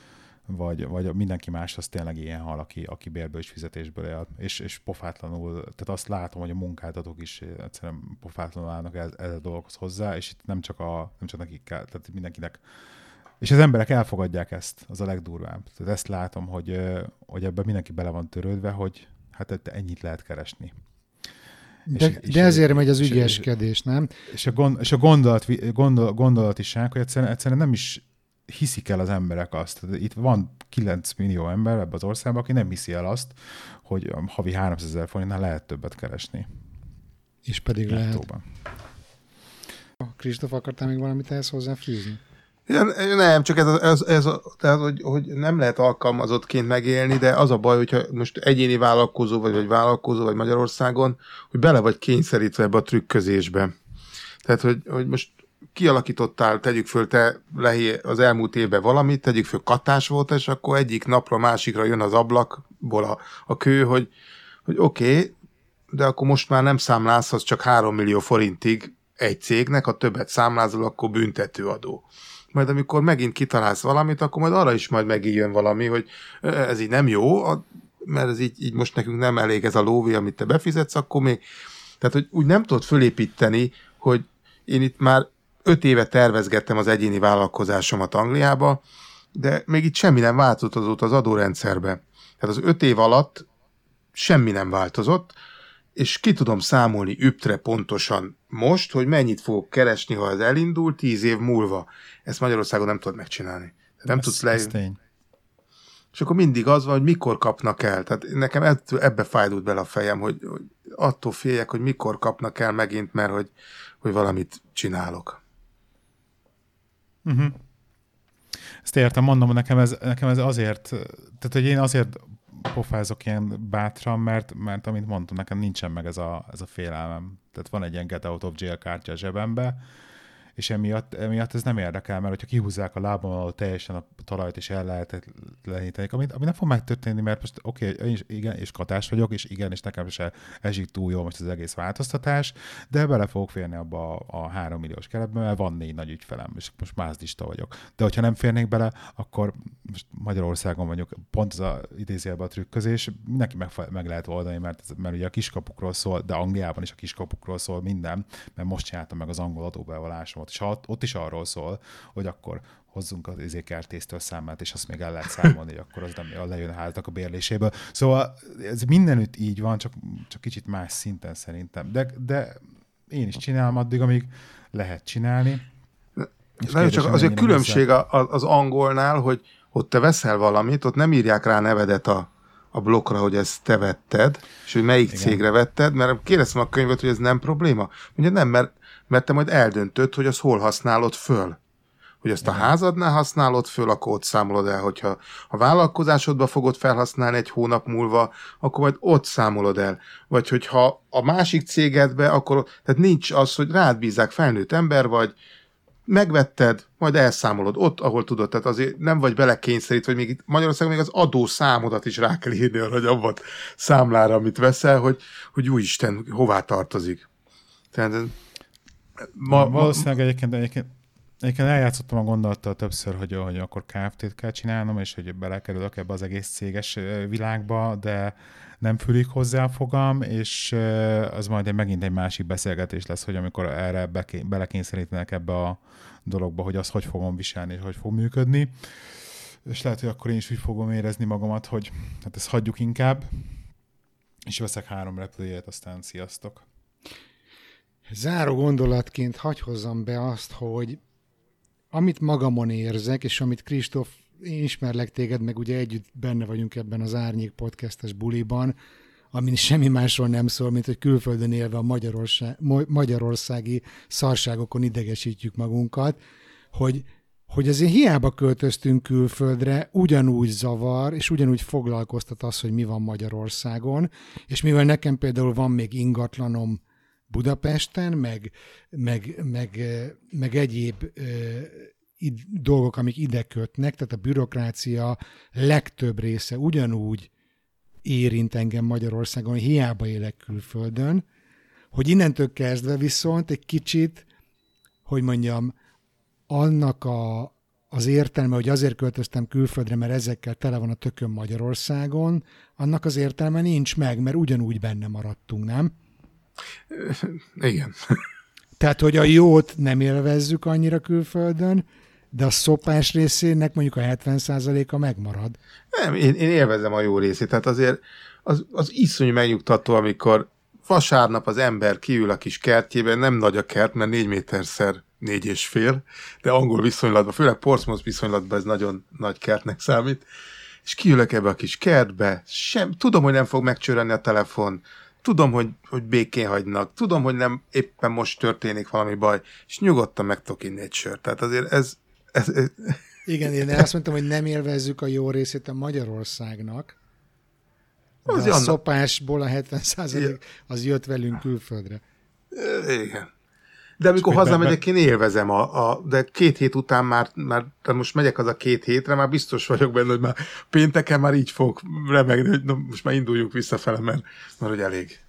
vagy mindenki más az tényleg ilyen hal, aki bérből és fizetésből él, és pofátlanul, tehát azt látom, hogy a munkáltatók is egyszerűen pofátlanul állnak ez a dolgokhoz hozzá, és itt nem csak nekik kell, tehát mindenkinek. És az emberek elfogadják ezt, az a legdurvább. Tehát ezt látom, hogy ebben mindenki bele van törődve, hogy hát ennyit lehet keresni. De ezért megy az ügyeskedés, nem? És a gondolatiság, hogy egyszerűen nem is hiszik el az emberek azt. Itt van 9 millió ember ebben az országban, aki nem hiszi el azt, hogy havi 300 000 forintnál lehet többet keresni. És pedig lehet. Kristóf, akartál még valamit ehhez hozzáfűzni? Nem, csak tehát, hogy nem lehet alkalmazottként megélni, de az a baj, hogyha most egyéni vállalkozó vagy Magyarországon, hogy bele vagy kényszerítve ebbe a trükközésbe. Tehát, hogy most kialakítottál, tegyük föl te az elmúlt évben valamit, tegyük föl katás volt, és akkor egyik napra másikra jön az ablakból a kő, hogy oké, de akkor most már nem számlálsz, az csak 3 millió forintig egy cégnek, ha többet számlázol, akkor büntetőadó. Majd amikor megint kitalálsz valamit, akkor majd arra is majd megint jön valami, hogy ez így nem jó, mert ez így most nekünk nem elég ez a lóvé, amit te befizetsz, akkor még... Tehát, hogy úgy nem tudod fölépíteni, hogy én itt már 5 éve tervezgettem az egyéni vállalkozásomat Angliába, de még itt semmi nem változott az adórendszerbe. Tehát az 5 év alatt semmi nem változott, és ki tudom számolni üptre pontosan most, hogy mennyit fogok keresni, ha ez elindul 10 év múlva. Ezt Magyarországon nem tudod megcsinálni. Nem tudsz lejönni. És akkor mindig az van, hogy mikor kapnak el. Tehát nekem ebbe fájdult bele a fejem, hogy attól féljek, hogy mikor kapnak el megint, mert hogy valamit csinálok. Uh-huh. Ezt értem, mondom, nekem ez azért, tehát hogy én azért pofázok ilyen bátran, mert amit mondtam, nekem nincsen meg ez a félelmem. Tehát van egy ilyen get out of jail kártya a zsebembe, és emiatt ez nem érdekel, mert hogyha kihúzzák a lábam alól teljesen a talajt, és el lehetetlenítenik, ami nem fog megtörténni, mert most én is, igen, és katás vagyok, és igen, és nekem se esik túl jól most az egész változtatás, de bele fogok férni abba a 3 milliós keretbe, mert van 4 nagy ügyfelem, és most mázlista vagyok. De hogyha nem férnék bele, akkor most Magyarországon vagyok, pont az a idézőjelben a trükközés, mindenki meg lehet oldani, mert ugye a kiskapukról szól, de Angliában is a kiskapukról szól minden, mert most csináltam meg az angol adóbevallásomat, és ott is arról szól, hogy akkor hozzunk az kertésztől számát, és azt még el lehet számolni, hogy akkor az nem lejön a háznak a bérléséből. Szóval ez mindenütt így van, csak kicsit más szinten szerintem. De én is csinálom addig, amíg lehet csinálni. Nagyon csak az a különbség az angolnál, hogy ott te veszel valamit, ott nem írják rá nevedet a blokkra, hogy ezt te vetted, és hogy melyik cégre vetted, mert kérdeztem a könyvet, hogy ez nem probléma. Ugye nem, mert te majd eldöntöd, hogy azt hol használod föl. Hogy azt a házadnál használod föl, akkor ott számolod el, hogyha a vállalkozásodba fogod felhasználni egy hónap múlva, akkor majd ott számolod el. Vagy hogyha a másik cégedbe, akkor tehát nincs az, hogy rád bízzák, felnőtt ember vagy, megvetted, majd elszámolod ott, ahol tudod. Tehát azért nem vagy belekényszerítve, hogy még itt Magyarországon még az adószámodat is rá kell írni arra, hogy abban számlára, amit veszel, hogy úristen, hová tartozik. Tehát valószínűleg egyébként eljátszottam a gondolattal többször, hogy akkor Kft-t kell csinálnom, és hogy belekerülök ebbe az egész céges világba, de nem fülik hozzá a fogam, és az majd megint egy másik beszélgetés lesz, hogy amikor erre belekényszerítenek ebbe a dologba, hogy azt hogy fogom viselni, és hogy fog működni. És lehet, hogy akkor én is úgy fogom érezni magamat, hogy hát ezt hagyjuk inkább, és veszek 3 repülőjegyet, aztán sziasztok. Záró gondolatként hadd hozzam be azt, hogy amit magamon érzek, és amit Kristóf, én ismerlek téged, meg ugye együtt benne vagyunk ebben az Árnyék podcastes buliban, amin semmi másról nem szól, mint hogy külföldön élve a magyarországi szarságokon idegesítjük magunkat, hogy azért hiába költöztünk külföldre, ugyanúgy zavar, és ugyanúgy foglalkoztat az, hogy mi van Magyarországon, és mivel nekem például van még ingatlanom Budapesten, meg egyéb dolgok, amik ide kötnek, tehát a bürokrácia legtöbb része ugyanúgy érint engem Magyarországon, hiába élek külföldön, hogy innentől kezdve viszont egy kicsit, hogy mondjam, annak az értelme, hogy azért költöztem külföldre, mert ezekkel tele van a tököm Magyarországon, annak az értelme nincs meg, mert ugyanúgy benne maradtunk, nem? Igen. Tehát, hogy a jót nem élvezzük annyira külföldön, de a szopás részének mondjuk a 70%-a megmarad. Nem, én élvezem a jó részét. Tehát azért az iszonyú megnyugtató, amikor vasárnap az ember kiül a kis kertjében, nem nagy a kert, mert 4 méterszer 4,5, de angol viszonylatban, főleg Portsmouth viszonylatban ez nagyon nagy kertnek számít, és kiülök ebbe a kis kertbe, tudom, hogy nem fog megcsörrenni a telefon, tudom, hogy békén hagynak, tudom, hogy nem éppen most történik valami baj, és nyugodtan meg tudok inni egy sört. Tehát azért ez... Igen, én azt mondtam, hogy nem élvezzük a jó részét a Magyarországnak, de az a szopásból a 70% az jött velünk külföldre. Igen. De amikor hazamegyek, én élvezem, de 2 hét után már most megyek az a 2 hétre, már biztos vagyok benne, hogy már pénteken már így fog remegni, hogy most már induljunk visszafele, mert hogy elég.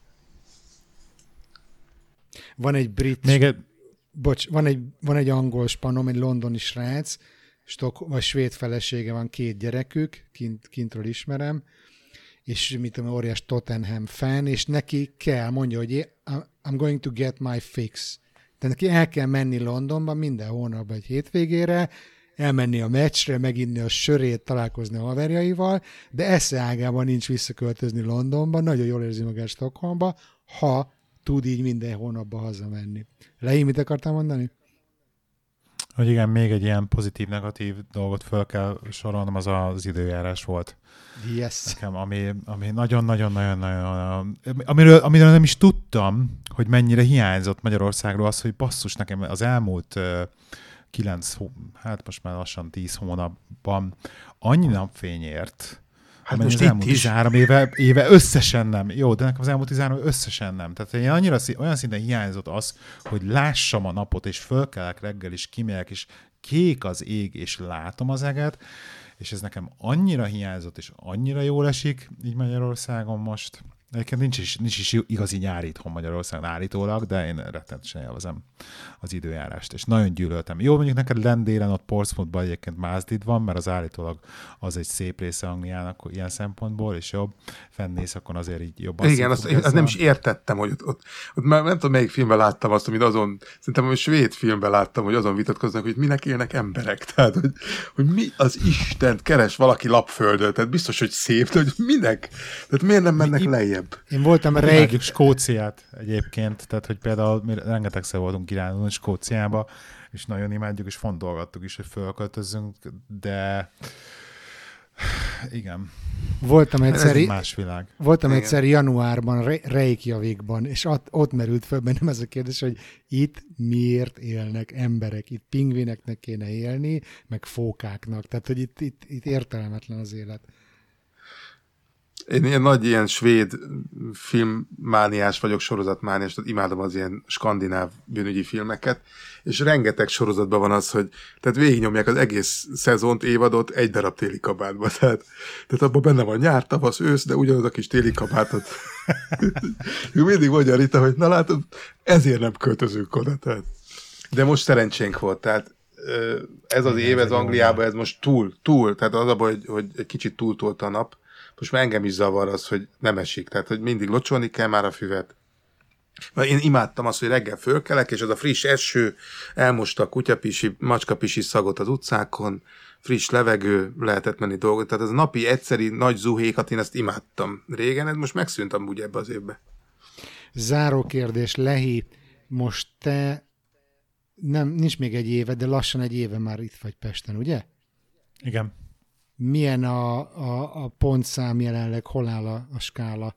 Van egy brit... van egy angol spanom, egy londoni srác, vagy svéd felesége van, 2 gyerekük, kintről ismerem, és mit tudom, óriás Tottenham fan, és neki kell, mondja, hogy I'm going to get my fix. Tehát neki el kell menni Londonba minden hónapban egy hétvégére, elmenni a meccsre, meginni a sörét, találkozni a haverjaival, de esze ágában nincs visszaköltözni Londonba, nagyon jól érzi magát Stockholmba, ha tud így minden hónapban hazamenni. Lehi, mit akartál mondani? Hogy igen, még egy ilyen pozitív-negatív dolgot föl kell sorolnom, az az időjárás volt. Yes. Nekem, ami nagyon-nagyon-nagyon, amiről nem is tudtam, hogy mennyire hiányzott Magyarországról az, hogy basszus, nekem az elmúlt 9, hát most már lassan 10 hónapban annyi napfényért, Hát most az elmúlt 13 éve összesen nem. Jó, de nekem az elmúlt 13 éve összesen nem. Tehát én olyan szinten hiányzott az, hogy lássam a napot, és fölkelek reggel, és kimegyek, és kék az ég, és látom az eget, és ez nekem annyira hiányzott, és annyira jól esik így Magyarországon most. Egyébként nincs is igazi nyár itthon Magyarországon állítólag, de én rettenetesen élvezem az időjárást, és nagyon gyűlöltem. Jó, mondjuk neked lendélen ott Portsmouthban egyébként Mászdid van, mert az állítólag az egy szép része Angliának ilyen szempontból, és jobb. Fennészakon azért így jobban. Igen, azt nem is értettem, hogy ott már nem tudom, melyik filmben láttam azt, amit szerintem a svéd filmben láttam, hogy azon vitatkoznak, hogy minek élnek emberek. Tehát, hogy mi az Istent keres valaki lapföldön. Tehát biztos, hogy szép, de hogy minek? Tehát miért nem mennek lejjebb? Én voltam Imádjuk Skóciát egyébként, tehát hogy például mi rengetegszer voltunk kirándulni Skóciába, és nagyon imádjuk, és fontolgattuk is, hogy fölköltözzünk, de igen. Voltam más világ. Voltam egyszer januárban Reykjavikban, és ott merült föl bennem ez a kérdés, hogy itt miért élnek emberek? Itt pingvineknek kéne élni, meg fókáknak. Tehát, hogy itt értelmetlen az élet. Én ilyen svéd filmmániás vagyok, sorozatmániás, tehát imádom az ilyen skandináv bűnügyi filmeket, és rengeteg sorozatban van az, hogy tehát végignyomják az egész szezont, évadot egy darab téli kabátba. Tehát abban benne van nyár, tavasz, ősz, de ugyanaz a kis téli kabátot. Mindig mondja Rita, hogy na látod, ezért nem költözünk oda. Tehát. De most szerencsénk volt, tehát ez az év, ez Angliában, ez most túl, tehát az a baj, hogy egy kicsit túltolta a nap. Most már engem is zavar az, hogy nem esik. Tehát, hogy mindig locsolni kell már a füvet. Én imádtam azt, hogy reggel fölkelek, és az a friss eső elmosta a kutyapisi, macskapisi szagot az utcákon, friss levegő, lehetett menni dolgozni. Tehát az a napi egyszeri nagy zuhékat, én ezt imádtam régen, ez most megszűnt amúgy ebbe az évbe. Záró kérdés, Lehi, most te nincs még egy éve, de lassan egy éve már itt vagy Pesten, ugye? Igen. Milyen a pontszám jelenleg, hol áll a skála?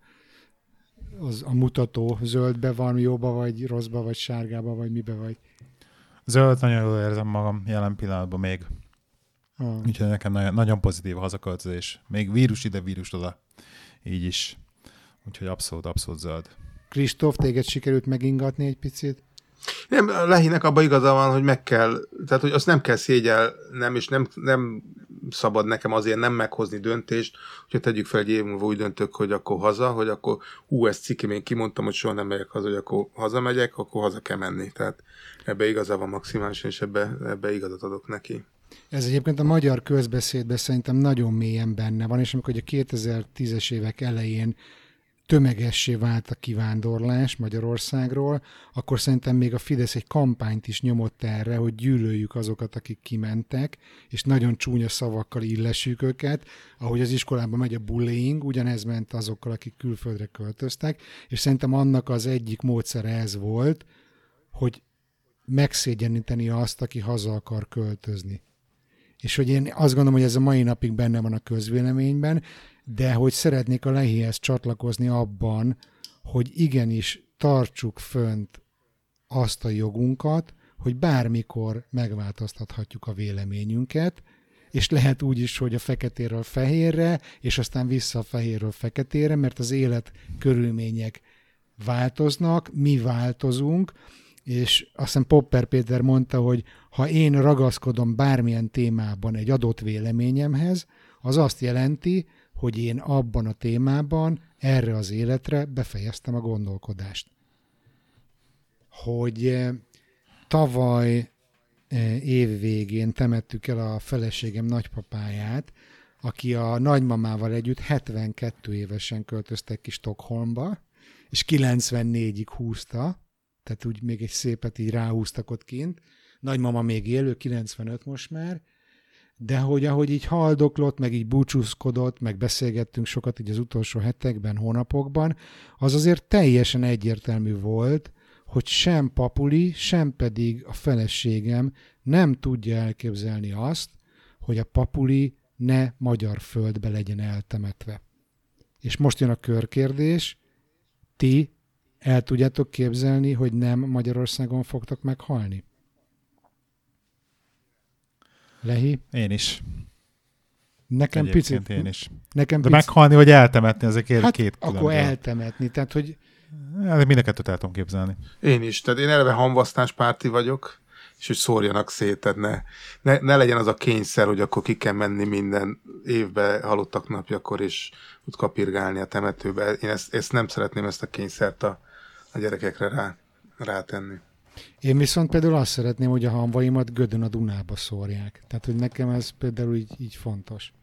A mutató zöldbe van, jóba vagy, rosszba vagy, sárgába vagy, mibe vagy? Zöld, nagyon jól érzem magam jelen pillanatban még. Úgyhogy nekem nagyon pozitív a hazaköltözés. Még vírus ide, vírus oda. Így is. Úgyhogy abszolút zöld. Kristóf, téged sikerült megingatni egy picit? Nem, Lehinek abban igaza van, hogy meg kell, tehát hogy azt nem kell szégyelnem, és nem szabad nekem azért nem meghozni döntést, hogyha tegyük fel egy év múlva úgy döntök, hogy akkor haza, hogy akkor ezt cikkim, én kimondtam, hogy soha nem megyek haza, hogy akkor hazamegyek, akkor haza kell menni. Tehát ebbe igaza van maximálisan, és ebbe igazat adok neki. Ez egyébként a magyar közbeszédben szerintem nagyon mélyen benne van, és amikor a 2010-es évek elején tömegessé vált a kivándorlás Magyarországról, akkor szerintem még a Fidesz egy kampányt is nyomott erre, hogy gyűlöljük azokat, akik kimentek, és nagyon csúnya szavakkal illessük őket, ahogy az iskolában megy a bullying, ugyanez ment azokkal, akik külföldre költöztek, és szerintem annak az egyik módszere ez volt, hogy megszégyeníteni azt, aki haza akar költözni. És hogy én azt gondolom, hogy ez a mai napig benne van a közvéleményben, de hogy szeretnék a Lehihez csatlakozni abban, hogy igenis tartsuk fönt azt a jogunkat, hogy bármikor megváltoztathatjuk a véleményünket, és lehet úgy is, hogy a feketéről fehérre, és aztán vissza a fehérről feketére, mert az élet körülmények változnak, mi változunk, és azt hiszem Popper Péter mondta, hogy ha én ragaszkodom bármilyen témában egy adott véleményemhez, az azt jelenti, hogy én abban a témában erre az életre befejeztem a gondolkodást. Hogy tavaly év végén temettük el a feleségem nagypapáját, aki a nagymamával együtt 72 évesen költöztek ki Stockholmba, és 94-ig húzta, tehát úgy még egy szépet így ráhúztak ott kint. Nagymama még élő, 95 most már, de hogy ahogy így haldoklott, meg így búcsúzkodott, meg beszélgettünk sokat így az utolsó hetekben, hónapokban, az azért teljesen egyértelmű volt, hogy sem Papuli, sem pedig a feleségem nem tudja elképzelni azt, hogy a Papuli ne magyar földbe legyen eltemetve. És most jön a körkérdés, ti el tudjátok képzelni, hogy nem Magyarországon fogtok meghalni? Lehi? Én is. Nekem picit... Én is. Nekem de meghalni, vagy eltemetni, ezek két külön. Akkor eltemetni, tehát hogy... Mind a kettőt el tudom képzelni. Én is, tehát én eleve hamvasztáspárti vagyok, és hogy szórjanak szét, tehát ne legyen az a kényszer, hogy akkor ki kell menni minden évbe halottak napjakor, és ott kapirgálni a temetőbe. Én ezt nem szeretném, ezt a kényszert a gyerekekre rátenni. Én viszont például azt szeretném, hogy a hamvaimat Gödön a Dunába szórják. Tehát, hogy nekem ez például így fontos.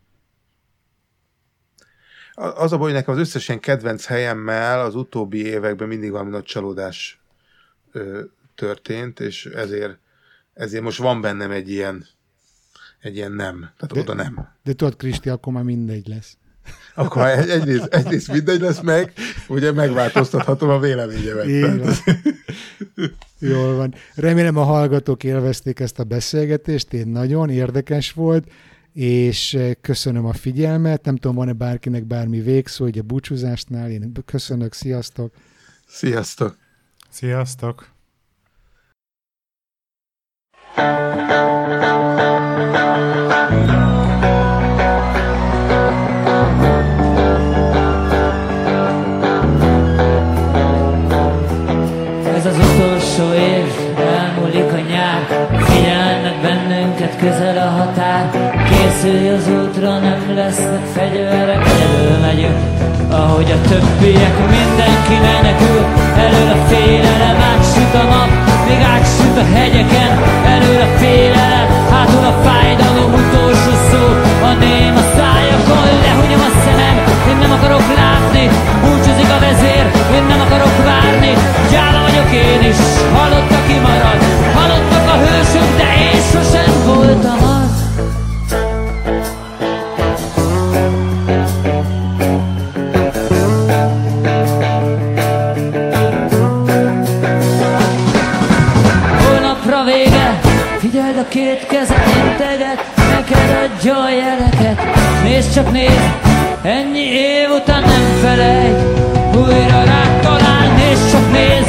Az a baj, hogy nekem az összes ilyen kedvenc helyemmel az utóbbi években mindig valami nagy csalódás történt, és ezért most van bennem egy ilyen nem. Tehát oda nem. De tudod, Kristi, akkor már mindegy lesz. Akkor egyrészt mindegy lesz meg, ugye megváltoztathatom a véleményemet. Jól van. Remélem a hallgatók élvezték ezt a beszélgetést, én nagyon érdekes volt, és köszönöm a figyelmet. Nem tudom, van-e bárkinek bármi végszó, hogy a búcsúzásnál. Én köszönök, sziasztok! Sziasztok! Sziasztok! Ez az utolsó év, elmúlik a nyár, figyelnek bennünket közel a határ. Készülj az útra, nem lesznek fegyverek, elől megyünk, ahogy a többiek, mindenki menekül. Elől a félelem, átsüt a nap, még átsüt a hegyeken. Elől a félelem, hátul a fájdalom, utolsó szó a néma szájakon. Lehunyom a szemem, én nem akarok látni, búcsúzik a vezér, én nem akarok várni. Gyáva vagyok én is, halott, aki marad, halottak a hősök, de én sosem voltam az. Holnapra vége, figyeld a két kezed, integet, neked adja a jeleket. Nézd csak nézd, ennyi év után nem felejt, újra rád talál, nézd csak nézd,